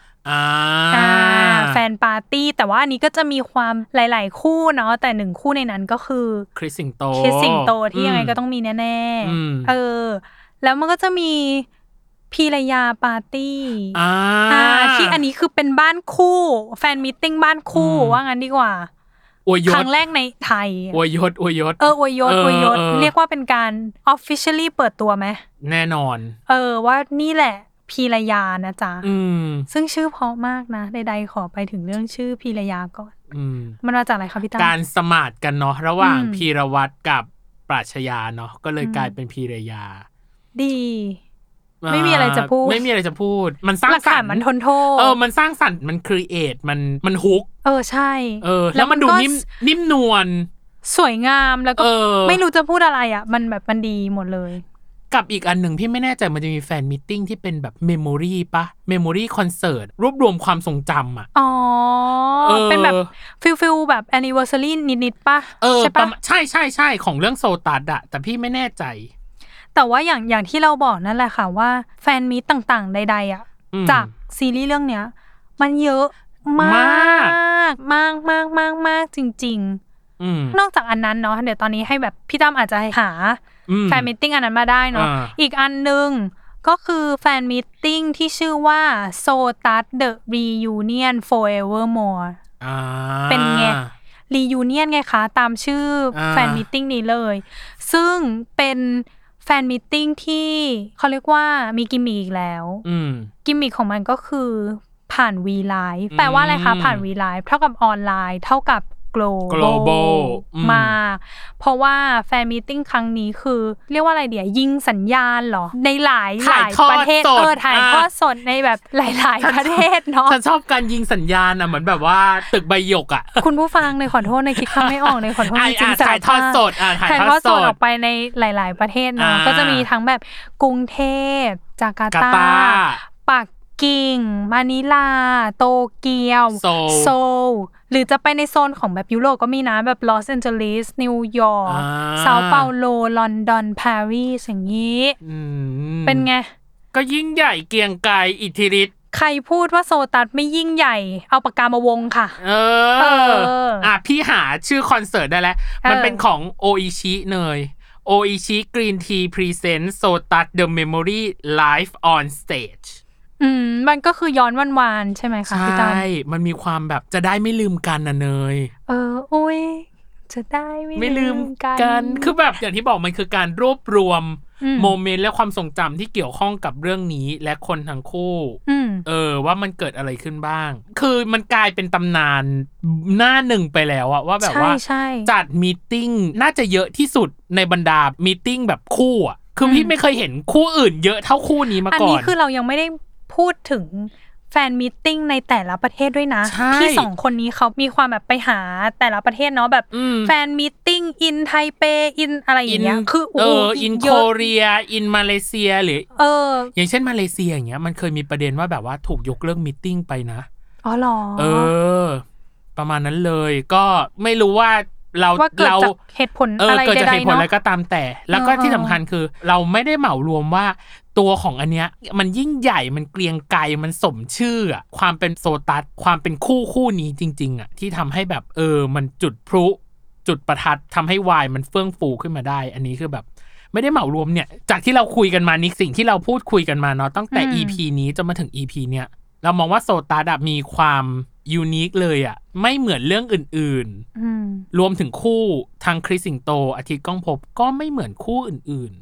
แฟนปาร์ตี้แต่ว่าอันนี้ก็จะมีความหลายๆคู่เนาะแต่1คู่ในนั้นก็คือคริสสิงโตที่ยังไงก็ต้องมีแน่ๆแล้วมันก็จะมีพีรยาปาร์ตี้ที่อันนี้คือเป็นบ้านคู่แฟนมีตติ้งบ้านคู่ว่างั้นดีกว่าครั้งแรกในไทยอวยยศอวยยศเรียกว่าเป็นการ officially เปิดตัวไหมแน่นอนว่านี่แหละพีรยานะจ๊ะซึ่งชื่อเพราะมากนะใดๆขอไปถึงเรื่องชื่อพีรยาก่อนมันมาจากอะไรคะพี่ตั้มการสมาร์ทกันเนาะระหว่างพีรวัตรกับปรัชญาเนาะก็เลยกลายเป็นพีรยาดีไม่มีอะไรจะพูดมันสร้างสรรค์มันทนโทษมันสร้างสรรค์มันครีเอทมันฮุกใช่แล้วมันดูนิ่มนวลสวยงามแล้วก็ไม่รู้จะพูดอะไรอ่ะมันแบบมันดีหมดเลยกับอีกอันหนึ่งพี่ไม่แน่ใจมันจะมีแฟนมีตติ้งที่เป็นแบบเมมโมรี่ปะเมมโมรี่คอนเสิร์ตรวบรวมความทรงจำอ่ะเป็นแบบฟิลแบบแอนนิเวอร์ซารีนิดๆปะใช่ปะใช่ของเรื่องโซตัสอะแต่พี่ไม่แน่ใจแต่ว่าอย่างที่เราบอกนั่นแหละค่ะว่าแฟนมีตต่างๆใดๆอ่ะจากซีรีส์เรื่องเนี้ยมันเยอะมากจริงๆนอกจากอันนั้นเนาะเดี๋ยวตอนนี้ให้แบบพี่ตั้มอาจจะหาแฟนมีตติ้งอันนั้นมาได้เนาะอีกอันนึงก็คือแฟนมีตติ้งที่ชื่อว่า Sotas The Reunion Forevermore เป็นไง Reunion ไงคะตามชื่อแฟนมีตติ้งนี้เลยซึ่งเป็นแฟนมีตติ้งที่เขาเรียกว่ามีกิมมิคอีกแล้วกิมมิคของมันก็คือผ่าน V Live แปลว่าอะไรคะผ่าน V Live เท่ากับออนไลน์เท่ากับglobal มากเพราะว่าแฟนมีตติ้งครั้งนี้คือเรียกว่าอะไรเดี๋ยวยิงสัญญาณเหรอในหลายประเทศถ่ายทอดสดในแบบหลายๆประเทศเนาะฉันชอบการยิงสัญญาณเหมือนแบบว่าตึกใบหยกคุณผู้ฟังในขอโทษในคิดคำไม่ออกในขอโทษจริงๆถ่ายทอดสดถ่ายทอดสดออกไปในหลายๆประเทศเนาะก็จะมีทั้งแบบกรุงเทพจาการ์ตาปักกิ่งมะนิลาโตเกียวโซลหรือจะไปในโซนของแบบยุโรปก็มีนะแบบลอสแอนเจลิสนิวยอร์กเซาเปาโลลอนดอนปารีสอย่างนี้เป็นไงก็ยิ่งใหญ่เกียงไกรอิทธิฤทธิ์ใครพูดว่าโซตัสไม่ยิ่งใหญ่เอาปากกามาวงค่ะพี่หาชื่อคอนเสิร์ตได้แล้วมันเป็นของโออิชิเนยโออิชิกรีนทีพรีเซนต์โซตัส The Memory Live on Stage มันก็คือย้อนวันๆใช่ไหมคะพี่ตั้มใช่มันมีความแบบจะได้ไม่ลืมกันนะเนยโอ้ยจะได้ไม่ลืมกันคือแบบอย่างที่บอกมันคือการรวบรวมโมเมนต์และความทรงจำที่เกี่ยวข้องกับเรื่องนี้และคนทั้งคู่ว่ามันเกิดอะไรขึ้นบ้างคือมันกลายเป็นตำนานหน้าหนึ่งไปแล้วอะว่าแบบว่าจัดมีตติ้งน่าจะเยอะที่สุดในบรรดามีตติ้งแบบคู่อะคือพี่ไม่เคยเห็นคู่อื่นเยอะเท่าคู่นี้มาก่อนอันนี้คือเรายังไม่ได้พูดถึงแฟนมีตติ้งในแต่ละประเทศด้วยนะที่2คนนี้เขามีความแบบไปหแต่ละประเทศเนาะแบบแฟนมีตติ้งอินไทเปอินอะไรอย่างเงี้ยคืออินโคเรียอินมาเลเซียหรืออย่างเช่นมาเลเซียอย่างเงี้ยมันเคยมีประเด็นว่าแบบว่าถูกยกเลิกมีตติ้งไปนะหรอประมาณนั้นเลยก็ไม่รู้ว่าเราเหตุผลอะไรเกิดจากเหตุผลอะไรก็ตามแต่แล้วก็ที่สำคัญคือเราไม่ได้เหมารวมว่าตัวของอันเนี้ยมันยิ่งใหญ่มันเกรียงไกรมันสมชื่ออะความเป็นโซตัสความเป็นคู่นี้จริงๆอะที่ทำให้แบบมันจุดพลุจุดประทัดทำให้วายมันเฟื่องฟูขึ้นมาได้อันนี้คือแบบไม่ได้เหมารวมเนี่ยจากที่เราคุยกันมานี่สิ่งที่เราพูดคุยกันมาเนาะตั้งแต่ EP นี้จนมาถึง EP เนี้ยเรามองว่าโซตัสมีความยูนิคเลยอ่ะไม่เหมือนเรื่องอื่นๆรวมถึงคู่ทางคริสสิงโตอาทิตย์ก้องภพก็ไม่เหมือนคู่อื่น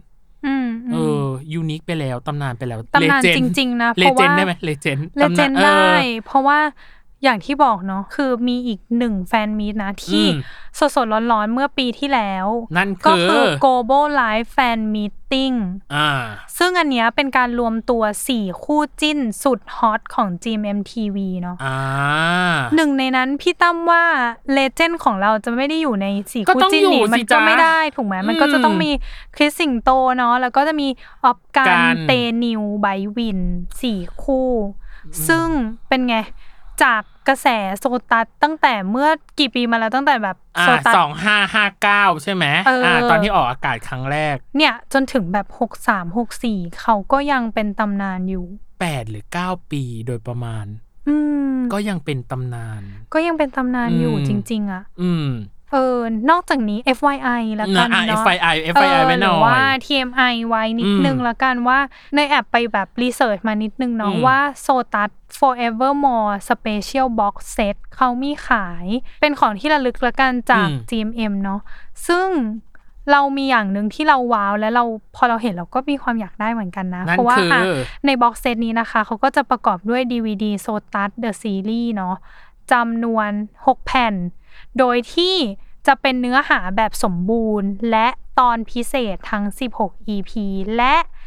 ยูนิคไปแล้วตำนานไปแล้วตำนานจริงๆนะเลเจนด์ได้ไหมเลเจนด์ได้เพราะว่าอย่างที่บอกเนาะคือมีอีก1แฟนมีตนะที่สดๆร้อนๆเมื่อปีที่แล้วนั่นก็คือ Global Live Fan Meeting ซึ่งอันเนี้ยเป็นการรวมตัว4คู่จิ้นสุดฮอตของ GMMTV เนาะหนึ่งในนั้นพี่ตั้มว่าเลเจนด์ของเราจะไม่ได้อยู่ใน4คู่จิ้นนี้มันก็ไม่ได้ถูกไหมมันก็จะต้องมีคริสสิงโตเนาะแล้วก็จะมีออฟการเตนิวไบวิน4คู่ซึ่งเป็นไงจากกระแสโซตัสตั้งแต่เมื่อกี่ปีมาแล้วตั้งแต่แบบโซตัส 2559ใช่ไหมตอนที่ออกอากาศครั้งแรกเนี่ยจนถึงแบบ63 64เขาก็ยังเป็นตำนานอยู่ 8หรือ9ปีโดยประมาณก็ยังเป็นตำนานอยู่จริงๆอ่ะนอกจากนี้ FYI แล้วกันเนาะ FYI ไว้หน่อยหรือว่า TMI ไว้นิดนึงแล้วกันว่าในแอปไปแบบรีเสิร์ชมานิดนึงเนาะว่าโซตัส Forevermore Special Box Set เขามีขายเป็นของที่ระลึกแล้วกันจาก GMM เนาะซึ่งเรามีอย่างนึงที่เราว้าวและเราพอเราเห็นเราก็มีความอยากได้เหมือนกันนะเพราะว่าในบ็อกเซตนี้นะคะเขาก็จะประกอบด้วย DVD Sotus The Series เนาะจำนวน6แผ่นโดยที่จะเป็นเนื้อหาแบบสมบูรณ์และตอนพิเศษทั้ง16 EP และ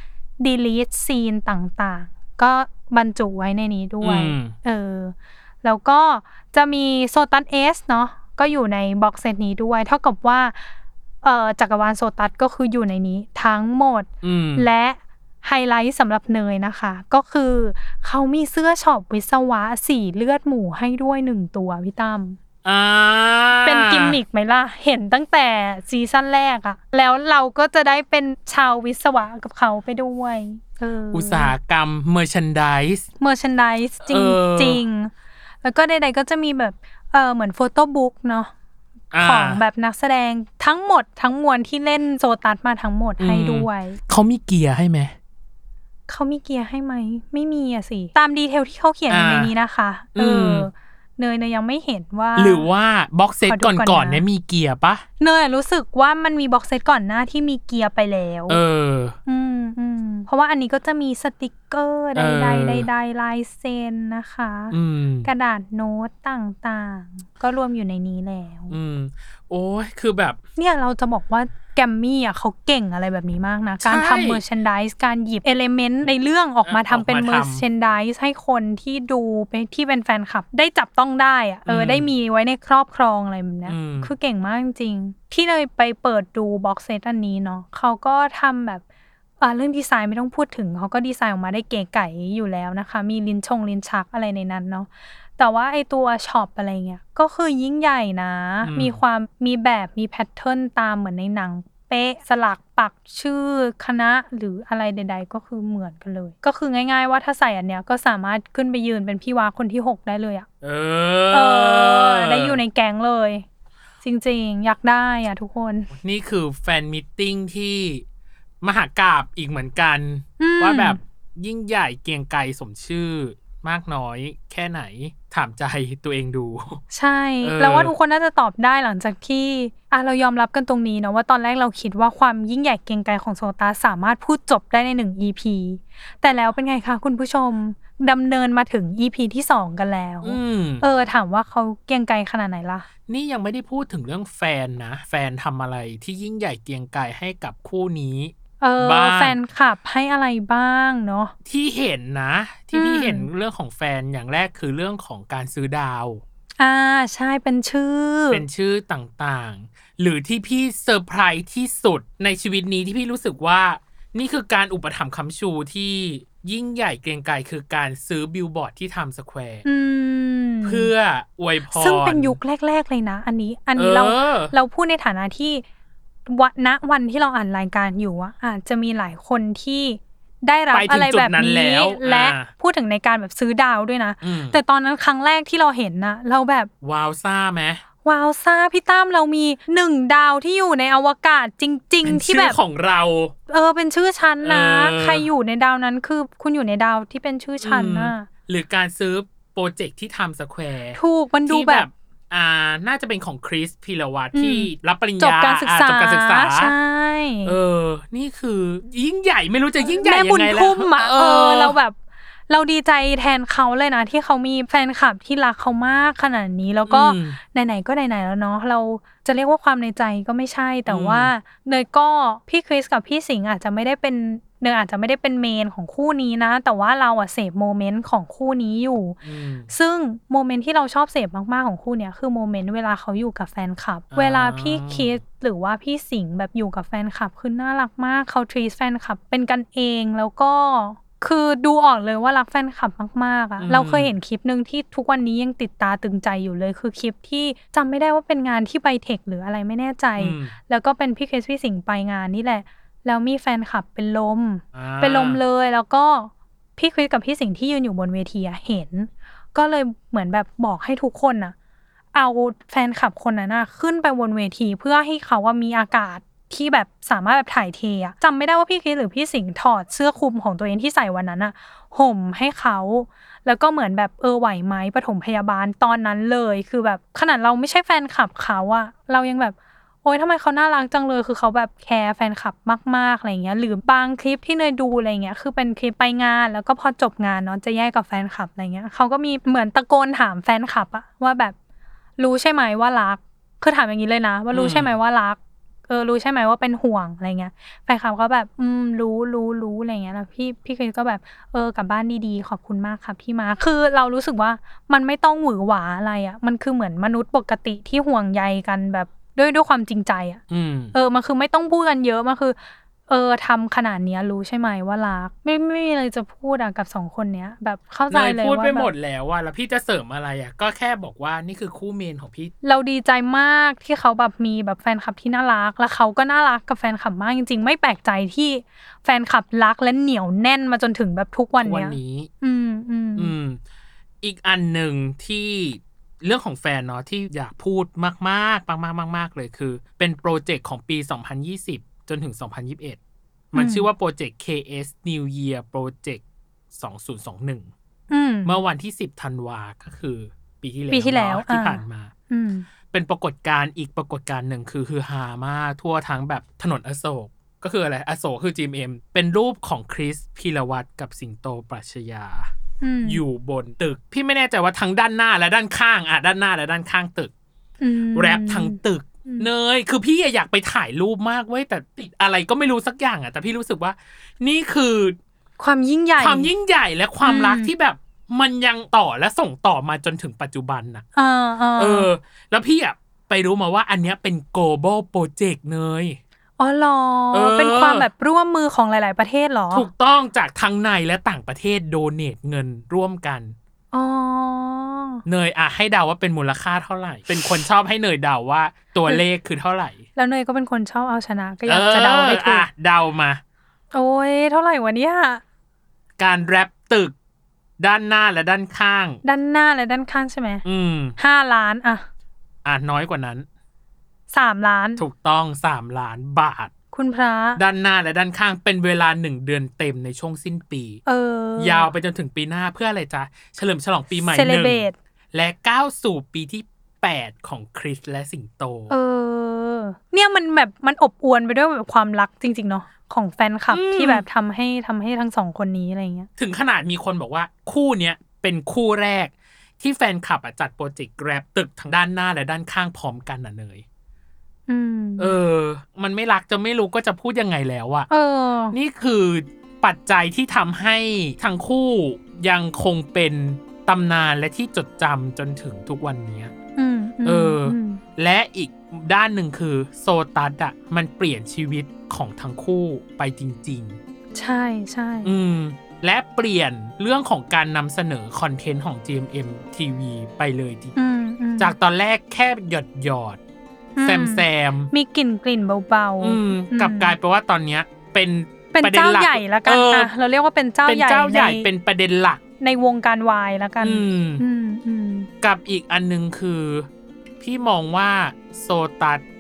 delete scene ต่างๆก็บรรจุไว้ในนี้ด้วยแล้วก็จะมี Sotus S เนาะก็อยู่ในบ็อกเซตนี้ด้วยเท่ากับว่าจักรวาลโซตัสก็คืออยู่ในนี้ทั้งหมดและไฮไลท์สำหรับเนยนะคะก็คือเขามีเสื้อช็อปวิศวะสีเลือดหมูให้ด้วย1ตัวพี่ตั้มเป็นกิมมิกไหมล่ะเห็นตั้งแต่ซีซั่นแรกอะแล้วเราก็จะได้เป็นชาววิศวะกับเขาไปด้วยอุตสาหกรรมเมอร์แชนไดส์จริงๆแล้วก็ใดๆก็จะมีแบบเหมือนโฟโต้บุ๊กเนาะของแบบนักแสดงทั้งหมดทั้งมวลที่เล่นโซตัสมาทั้งหมดให้ด้วยเขามีเกียร์ให้ไหมเขามีเกียร์ให้ไหมไม่มีอะสิตามดีเทลที่เขาเขียนในนี้นะคะเนยยังไม่เห็นว่าหรือว่าบ็อกเซตก่อนเนี่ยมีเกียร์ปะเนยรู้สึกว่ามันมีบ็อกเซตก่อนหน้าที่มีเกียร์ไปแล้วเพราะว่าอันนี้ก็จะมีสติกเกอร์ใดลายเซ็นนะคะกระดาษโน้ตต่างๆก็รวมอยู่ในนี้แล้วโอ้ยคือแบบเนี่ยเราจะบอกว่าแกมมี่อ่ะเขาเก่งอะไรแบบนี้มากนะการทำเมอร์แชนไดส์การหยิบเอลิเมนต์ในเรื่องออกมาทำเป็นเมอร์แชนไดส์ให้คนที่ดูที่เป็นแฟนคลับได้จับต้องได้อ่ะได้มีไว้ในครอบครองอะไรแบบนี้คือเก่งมากจริงๆที่เลยไปเปิดดูบ็อกเซตอันนี้เนาะเขาก็ทำแบบเรื่องดีไซน์ไม่ต้องพูดถึงเขาก็ดีไซน์ออกมาได้เก๋ไก๋อยู่แล้วนะคะมีลิ้นชักอะไรในนั้นเนาะแต่ว่าไอตัวช็อปอะไรเงี้ยก็คือยิ่งใหญ่นะมีแบบมีแพทเทิร์นตามเหมือนในหนังเป๊ะสลักปักชื่อคณะหรืออะไรใดๆก็คือเหมือนกันเลยก็คือง่ายๆว่าถ้าใส่อันเนี้ยก็สามารถขึ้นไปยืนเป็นพี่วาคนที่6ได้เลยอ่ะได้อยู่ในแก๊งเลยจริงๆอยากได้อ่ะทุกคนนี่คือแฟนมีตติ้งที่มหากาพย์อีกเหมือนกันว่าแบบยิ่งใหญ่เกรียงไกรสมชื่อมากน้อยแค่ไหนถามใจตัวเองดูใช่แล้วว่าทุกคนน่าจะตอบได้หลังจากที่เรายอมรับกันตรงนี้เนาะว่าตอนแรกเราคิดว่าความยิ่งใหญ่เกรียงไกรของโซตัสสามารถพูดจบได้ใน1 EP แต่แล้วเป็นไงคะคุณผู้ชมดำเนินมาถึง EP ที่2กันแล้วถามว่าเขาเกรียงไกรขนาดไหนล่ะนี่ยังไม่ได้พูดถึงเรื่องแฟนนะแฟนทำอะไรที่ยิ่งใหญ่เกรียงไกรให้กับคู่นี้แฟนคลับให้อะไรบ้างเนาะที่เห็นนะที่พี่เห็นเรื่องของแฟนอย่างแรกคือเรื่องของการซื้อดาวใช่เป็นชื่อต่างๆหรือที่พี่เซอร์ไพรส์ที่สุดในชีวิตนี้ที่พี่รู้สึกว่านี่คือการอุปถัมภ์ค้ำชูที่ยิ่งใหญ่เกรียงไกรคือการซื้อบิลบอร์ดที่ไทม์สแควร์เพื่ออวยพรซึ่งเป็นยุคแรกๆเลยนะอันนี้เราพูดในฐานะที่วันที่เราอ่านรายการอยู่ว่าอาจจะมีหลายคนที่ได้รับอะไรแบบนี้และพูดถึงในการแบบซื้อดาวด้วยนะแต่ตอนนั้นครั้งแรกที่เราเห็นนะเราแบบว้าวซ่าไหมว้าวซ่าพี่ตั้มเรามี1ดาวที่อยู่ในอวกาศจริงๆที่แบบของเราเป็นชื่อชั้นนะใครอยู่ในดาวนั้นคือคุณอยู่ในดาวที่เป็นชื่อชั้นนะหรือการซื้อโปรเจกต์ที่ไทม์สแควร์ถูกมันดูแบบน่าจะเป็นของคริสพีรวัตรที่รับปริญญาจบการศึกษาใช่นี่คือยิ่งใหญ่ไม่รู้จะยิ่งใหญ่ยังไงแล้วแม่บุญทุ่มเราแบบเราดีใจแทนเขาเลยนะที่เขามีแฟนคลับที่รักเขามากขนาดนี้แล้วก็ไหนๆก็ไหนๆแล้วเนาะเราจะเรียกว่าความในใจก็ไม่ใช่แต่ว่าเนยก็พี่คริสกับพี่สิงห์อาจจะไม่ได้เป็นเมนของคู่นี้นะแต่ว่าเราเสพโมเมนต์ของคู่นี้อยู่ซึ่งโมเมนต์ที่เราชอบเสพมากๆของคู่เนี้ยคือโมเมนต์เวลาเขาอยู่กับแฟนคลับเวลาพี่คริสหรือว่าพี่สิงห์แบบอยู่กับแฟนคลับคือน่ารักมากเขาทรีตแฟนคลับเป็นกันเองแล้วก็คือดูออกเลยว่ารักแฟนคลับมากๆเราเคยเห็นคลิปนึงที่ทุกวันนี้ยังติดตาตึงใจอยู่เลยคือคลิปที่จำไม่ได้ว่าเป็นงานที่ไบเทคหรืออะไรไม่แน่ใจแล้วก็เป็นพี่คริสพี่สิงห์ไปงานนี่แหละแล้วมีแฟนคลับเป็นลมเลยแล้วก็พี่คริสกับพี่สิงห์ที่ยืนอยู่บนเวทีเห็นก็เลยเหมือนแบบบอกให้ทุกคนเอาแฟนคลับคนนั้นขึ้นไปบนเวทีเพื่อให้เขามีอากาศที่แบบสามารถแบบถ่ายเทจำไม่ได้ว่าพี่คริสหรือพี่สิงห์ถอดเสื้อคลุมของตัวเองที่ใส่วันนั้นห่มให้เขาแล้วก็เหมือนแบบไหวไหมปฐมพยาบาลตอนนั้นเลยคือแบบขนาดเราไม่ใช่แฟนคลับเขาเรายังแบบโอ๊ยทำไมเขาน่ารักจังเลยคือเขาแบบแคร์แฟนคลับมากๆอะไรเงี้ยหรือบางคลิปที่เนยดูอะไรเงี้ยคือเป็นคลิปไปงานแล้วก็พอจบงานเนาะจะแยกกับแฟนคลับอะไรเงี้ยเขาก็มีเหมือนตะโกนถามแฟนคลับว่าแบบรู้ใช่ไหมว่ารักคือถามอย่างนี้เลยนะว่ารู้ใช่ไหมว่ารักรู้ใช่ไหมว่าเป็นห่วงอะไรเงี้ยแฟนคลับก็แบบรู้อะไรเงี้ยแล้วพี่คริสก็แบบกลับบ้านดีๆขอบคุณมากครับที่มาคือเรารู้สึกว่ามันไม่ต้องหวือหวาอะไรมันคือเหมือนมนุษย์ปกติที่ห่วงใยกันแบบด้วยความจริงใจมันคือไม่ต้องพูดกันเยอะมันคือทำขนาดนี้รู้ใช่ไหมว่ารักไม่มีอะไรจะพูดกับสองคนเนี้ยแบบเข้าใจเลยว่าพูดไปหมดแล้วแล้วพี่จะเสริมอะไรก็แค่บอกว่านี่คือคู่เมนของพี่เราดีใจมากที่เขาแบบมีแบบแฟนคลับที่น่ารักแล้วเขาก็น่ารักกับแฟนคลับมากจริงๆไม่แปลกใจที่แฟนคลับรักและเหนียวแน่นมาจนถึงแบบทุกวันนี้อีกอันหนึ่งที่เรื่องของแฟนเนาะที่อยากพูดมากๆเลยคือเป็นโปรเจกต์ของปี2020จนถึง2021มันชื่อว่าโปรเจกต์ KS New Year Project 2021เมื่อวันที่10ธันวาก็คือปีที่แล้วที่ผ่านมาเป็นปรากฏการณ์อีกปรากฏการณ์หนึ่งคือฮือฮามากทั่วทั้งแบบถนนอโศกก็คืออะไรอโศกคือ GMM เป็นรูปของคริสพีรวัตรกับสิงโตปรัชญาอยู่บนตึกพี่ไม่แน่ใจว่าทั้งด้านหน้าและด้านข้างด้านหน้าและด้านข้างตึกแรปทั้งตึกเนยคือพี่อยากไปถ่ายรูปมากเว้ยแต่ติดอะไรก็ไม่รู้สักอย่างแต่พี่รู้สึกว่านี่คือความยิ่งใหญ่และความรักที่แบบมันยังต่อและส่งต่อมาจนถึงปัจจุบันแล้วพี่ไปรู้มาว่าอันเนี้ยเป็น global project เนยหรอเป็นความแบบร่วมมือของหลายๆประเทศหรอถูกต้องจากทั้งในและต่างประเทศโดเนทเงินร่วมกันเนยให้เดาว่าเป็นมูลค่าเท่าไหร่เป็นคนชอบให้เนยเดาว่าตัวเลขคือเท่าไหร่แล้วเนยก็เป็นคนชอบเอาชนะก็อยากจะเดาให้ถูกเดามาโอ้ยเท่าไหร่วะเนี่ยการแรปตึกด้านหน้าและด้านข้างด้านหน้าและด้านข้างใช่ไหม5 ล้านน้อยกว่านั้น 3 ล้านถูกต้อง3 ล้านบาทคุณพระด้านหน้าและด้านข้างเป็นเวลา1 เดือนเต็มในช่วงสิ้นปียาวไปจนถึงปีหน้าเพื่ออะไรจ๊ะเฉลิมฉลองปีใหม่1และก้าวสู่ปีที่8ของคริสและสิงโตเนี่ยมันแบบมันอบอวลไปด้วยแบบความรักจริงๆเนาะของแฟนคลับที่แบบทำให้ทั้งสองคนนี้อะไรเงี้ยถึงขนาดมีคนบอกว่าคู่เนี้ยเป็นคู่แรกที่แฟนคลับจัดโปรเจกต์แกร็บตึกทั้งด้านหน้าและด้านข้างพร้อมกันเนยมันไม่รักจะไม่รู้ก็จะพูดยังไงแล้วนี่คือปัจจัยที่ทำให้ทั้งคู่ยังคงเป็นตำนานและที่จดจำจนถึงทุกวันนี้และอีกด้านหนึ่งคือโซตัสมันเปลี่ยนชีวิตของทั้งคู่ไปจริงๆใช่ใช่และเปลี่ยนเรื่องของการนำเสนอคอนเทนต์ของ GMM TV ไปเลยทีจากตอนแรกแค่หยอดแซมมีกลิ่นเบาๆกลับกลายไปว่าตอนนี้เป็นเจ้าใหญ่ละกันเราเรียกว่าเป็นเจ้าใหญ่เป็นประเด็นหลักในวงการวายละกันกับอีกอันนึงคือพี่มองว่าโซตัส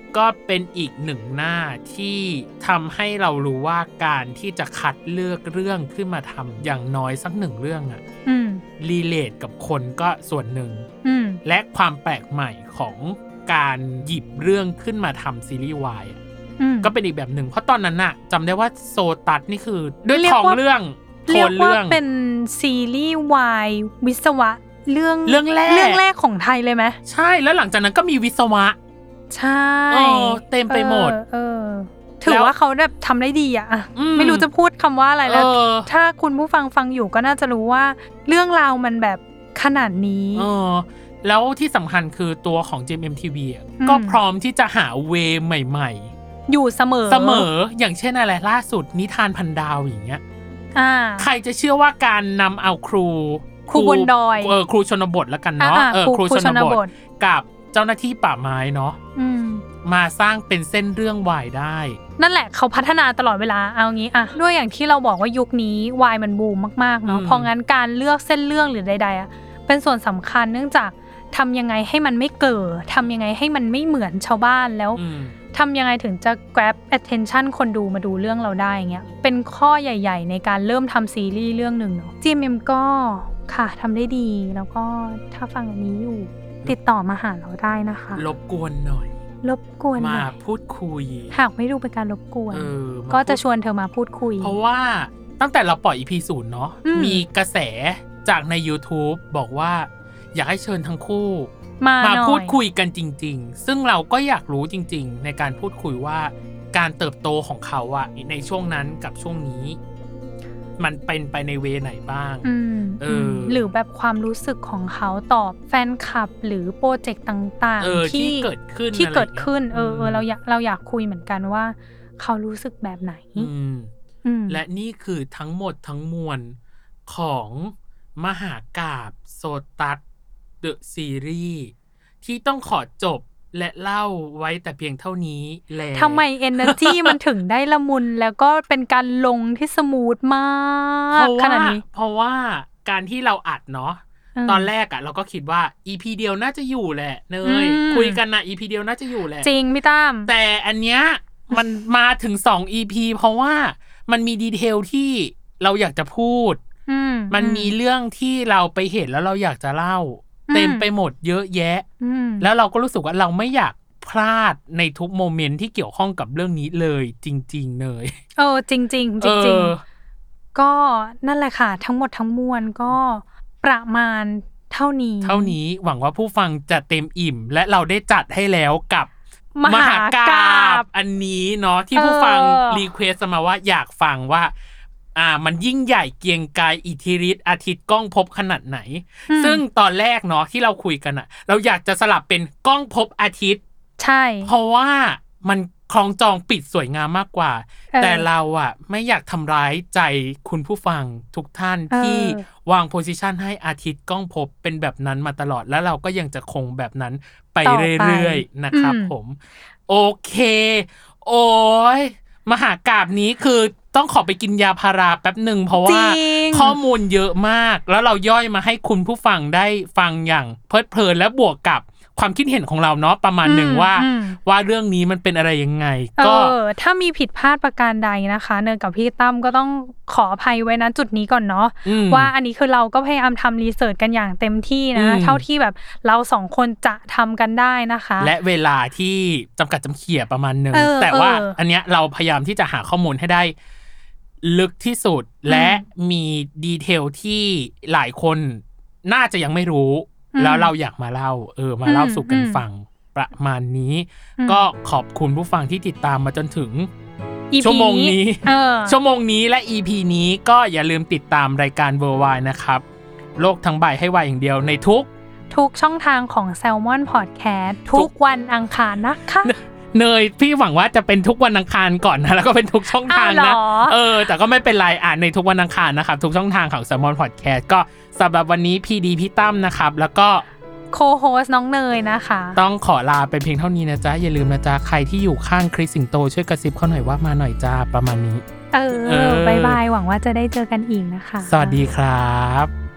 ก็เป็นอีกหนึ่งหน้าที่ทำให้เรารู้ว่าการที่จะคัดเลือกเรื่องขึ้นมาทำอย่างน้อยสักหนึ่งเรื่องอะรีเลทกับคนก็ส่วนหนึ่งและความแปลกใหม่ของการหยิบเรื่องขึ้นมาทำซีรีส์วายก็เป็นอีกแบบหนึ่งเพราะตอนนั้นน่ะจำได้ว่าโซตัสนี่คือด้วยท้องเรื่องเรียกว่าเป็นซีรีส์วายวิศวะเรื่องแรกของไทยเลยไหมใช่แล้วหลังจากนั้นก็มีวิศวะใช่เต็มไปหมดถือว่าเขาแบบทำได้ดีอะไม่รู้จะพูดคำว่าอะไรแล้วถ้าคุณผู้ฟังอยู่ก็น่าจะรู้ว่าเรื่องราวมันแบบขนาดนี้แล้วที่สำคัญคือตัวของ GMMTV ก็พร้อมที่จะหาเวใหม่ๆอยู่เสมออย่างเช่นอะไรล่าสุดนิทานพันดาวอย่างเงี้ยใครจะเชื่อว่าการนำเอาครูบนดอยครูชนบทแล้วกันเนาะครูชนบทกับเจ้าหน้าที่ป่าไม้เนาะมาสร้างเป็นเส้นเรื่องวายได้นั่นแหละเขาพัฒนาตลอดเวลาเอางี้อะด้วยอย่างที่เราบอกว่ายุคนี้วายมันบูมมากๆเนาะเพราะงั้นการเลือกเส้นเรื่องหรือใดๆอะเป็นส่วนสำคัญเนื่องจากทำยังไงให้มันไม่เก่อทำยังไงให้มันไม่เหมือนชาวบ้านแล้วทำยังไงถึงจะ grab attention คนดูมาดูเรื่องเราได้เงี้ยเป็นข้อใหญ่ๆในการเริ่มทำซีรีส์เรื่องนึงเนาะ GMM ก็ค่ะทำได้ดีแล้วก็ถ้าฟังอันนี้อยู่ติดต่อมาหาเราได้นะคะรบกวนหน่อยมาพูดคุยหากไม่ดูเป็นการรบกวนก็จะชวนเธอมาพูดคุยเพราะว่าตั้งแต่เราปล่อย EP 0เนาะมีกระแสจากใน YouTube บอกว่าอยากให้เชิญทั้งคู่มาพูดคุยกันจริงๆซึ่งเราก็อยากรู้จริงๆในการพูดคุยว่าการเติบโตของเขาอะในช่วงนั้นกับช่วงนี้มันเป็นไปในเวไหนบ้างหรือแบบความรู้สึกของเขาตอบแฟนคลับหรือโปรเจกต์ต่างๆที่เกิดขึ้นเราอยากคุยเหมือนกันว่าเขารู้สึกแบบไหนและนี่คือทั้งหมดทั้งมวลของมหากาพย์โซตัสเดอะซีรีส์ที่ต้องขอจบและเล่าไว้แต่เพียงเท่านี้แหละทำไม energy มันถึงได้ละมุนแล้วก็เป็นการลงที่สมูทมากขนาดนี้เพราะว่าการที่เราอัดเนาะตอนแรกอะเราก็คิดว่า EP เดียวน่าจะอยู่แหละเนยคุยกันนะ EP เดียวน่าจะอยู่แหละจริงพี่ตั้มแต่อันเนี้ยมันมาถึง2 EP เพราะว่ามันมีดีเทลที่เราอยากจะพูดมันมีเรื่องที่เราไปเห็นแล้วเราอยากจะเล่าเต็มไปหมดเยอะแยะแล้วเราก็รู้สึกว่าเราไม่อยากพลาดในทุกโมเมนต์ที่เกี่ยวข้องกับเรื่องนี้เลยจริงๆเลยจริงๆก็นั่นแหละค่ะทั้งหมดทั้งมวลก็ประมาณเท่านี้หวังว่าผู้ฟังจะเต็มอิ่มและเราได้จัดให้แล้วกับมหากาพย์อันนี้เนาะที่ผู้ฟังรีเควสต์มาว่าอยากฟังว่ามันยิ่งใหญ่เกียงไกรอิทธิฤทธิ์อาทิตย์ก้องภพขนาดไหนซึ่งตอนแรกเนาะที่เราคุยกันเราอยากจะสลับเป็นก้องภพอาทิตย์ใช่เพราะว่ามันคล้องจองปิดสวยงามมากกว่าแต่เราไม่อยากทำร้ายใจคุณผู้ฟังทุกท่านที่วางโพสิชันให้อาทิตย์ก้องภพเป็นแบบนั้นมาตลอดแล้วเราก็ยังจะคงแบบนั้นไปเรื่อยๆนะครับผมโอเคโอ้ยมหากาพย์นี้คือต้องขอไปกินยาพาราแป๊บนึงเพราะว่าข้อมูลเยอะมากแล้วเราย่อยมาให้คุณผู้ฟังได้ฟังอย่างเพลิดเพลินและบวกกับความคิดเห็นของเราเนาะประมาณหนึ่งว่าเรื่องนี้มันเป็นอะไรยังไงก็ถ้ามีผิดพลาดประการใดนะคะเนยกับพี่ตั้มก็ต้องขออภัยไว้ณจุดนี้ก่อนเนาะว่าอันนี้คือเราก็พยายามทำรีเสิร์ชกันอย่างเต็มที่นะเท่าที่แบบเรา2คนจะทำกันได้นะคะและเวลาที่จำกัดจำเขี่ยประมาณนึงแต่ว่าอันเนี้ยเราพยายามที่จะหาข้อมูลให้ได้ลึกที่สุดและมีดีเทลที่หลายคนน่าจะยังไม่รู้แล้วเราอยากมาเล่ามาเล่าสู่กันฟังประมาณนี้ก็ขอบคุณผู้ฟังที่ติดตามมาจนถึงชั่วโมงนี้และ EP นี้ก็อย่าลืมติดตามรายการ Worldwide นะครับโลกทั้งใบให้วายอย่างเดียวในทุกช่องทางของ Salmon Podcast ทุกวันอังคารนะคะเนยพี่หวังว่าจะเป็นทุกวันอังคารก่อนนะแล้วก็เป็นทุกช่องทางนะแต่ก็ไม่เป็นไรในทุกวันอังคารนะครับทุกช่องทางของ Salmon Podcast ก็สำหรับวันนี้พี่ดีพี่ตั้มนะครับแล้วก็โคโฮสน้องเนยนะคะต้องขอลาไปเพียงเท่านี้นะจ๊ะอย่าลืมนะจ๊ะใครที่อยู่ข้างคริสสิงโตช่วยกระซิบเขาหน่อยว่ามาหน่อยจ้าประมาณนี้บายบายหวังว่าจะได้เจอกันอีกนะคะสวัสดีครับ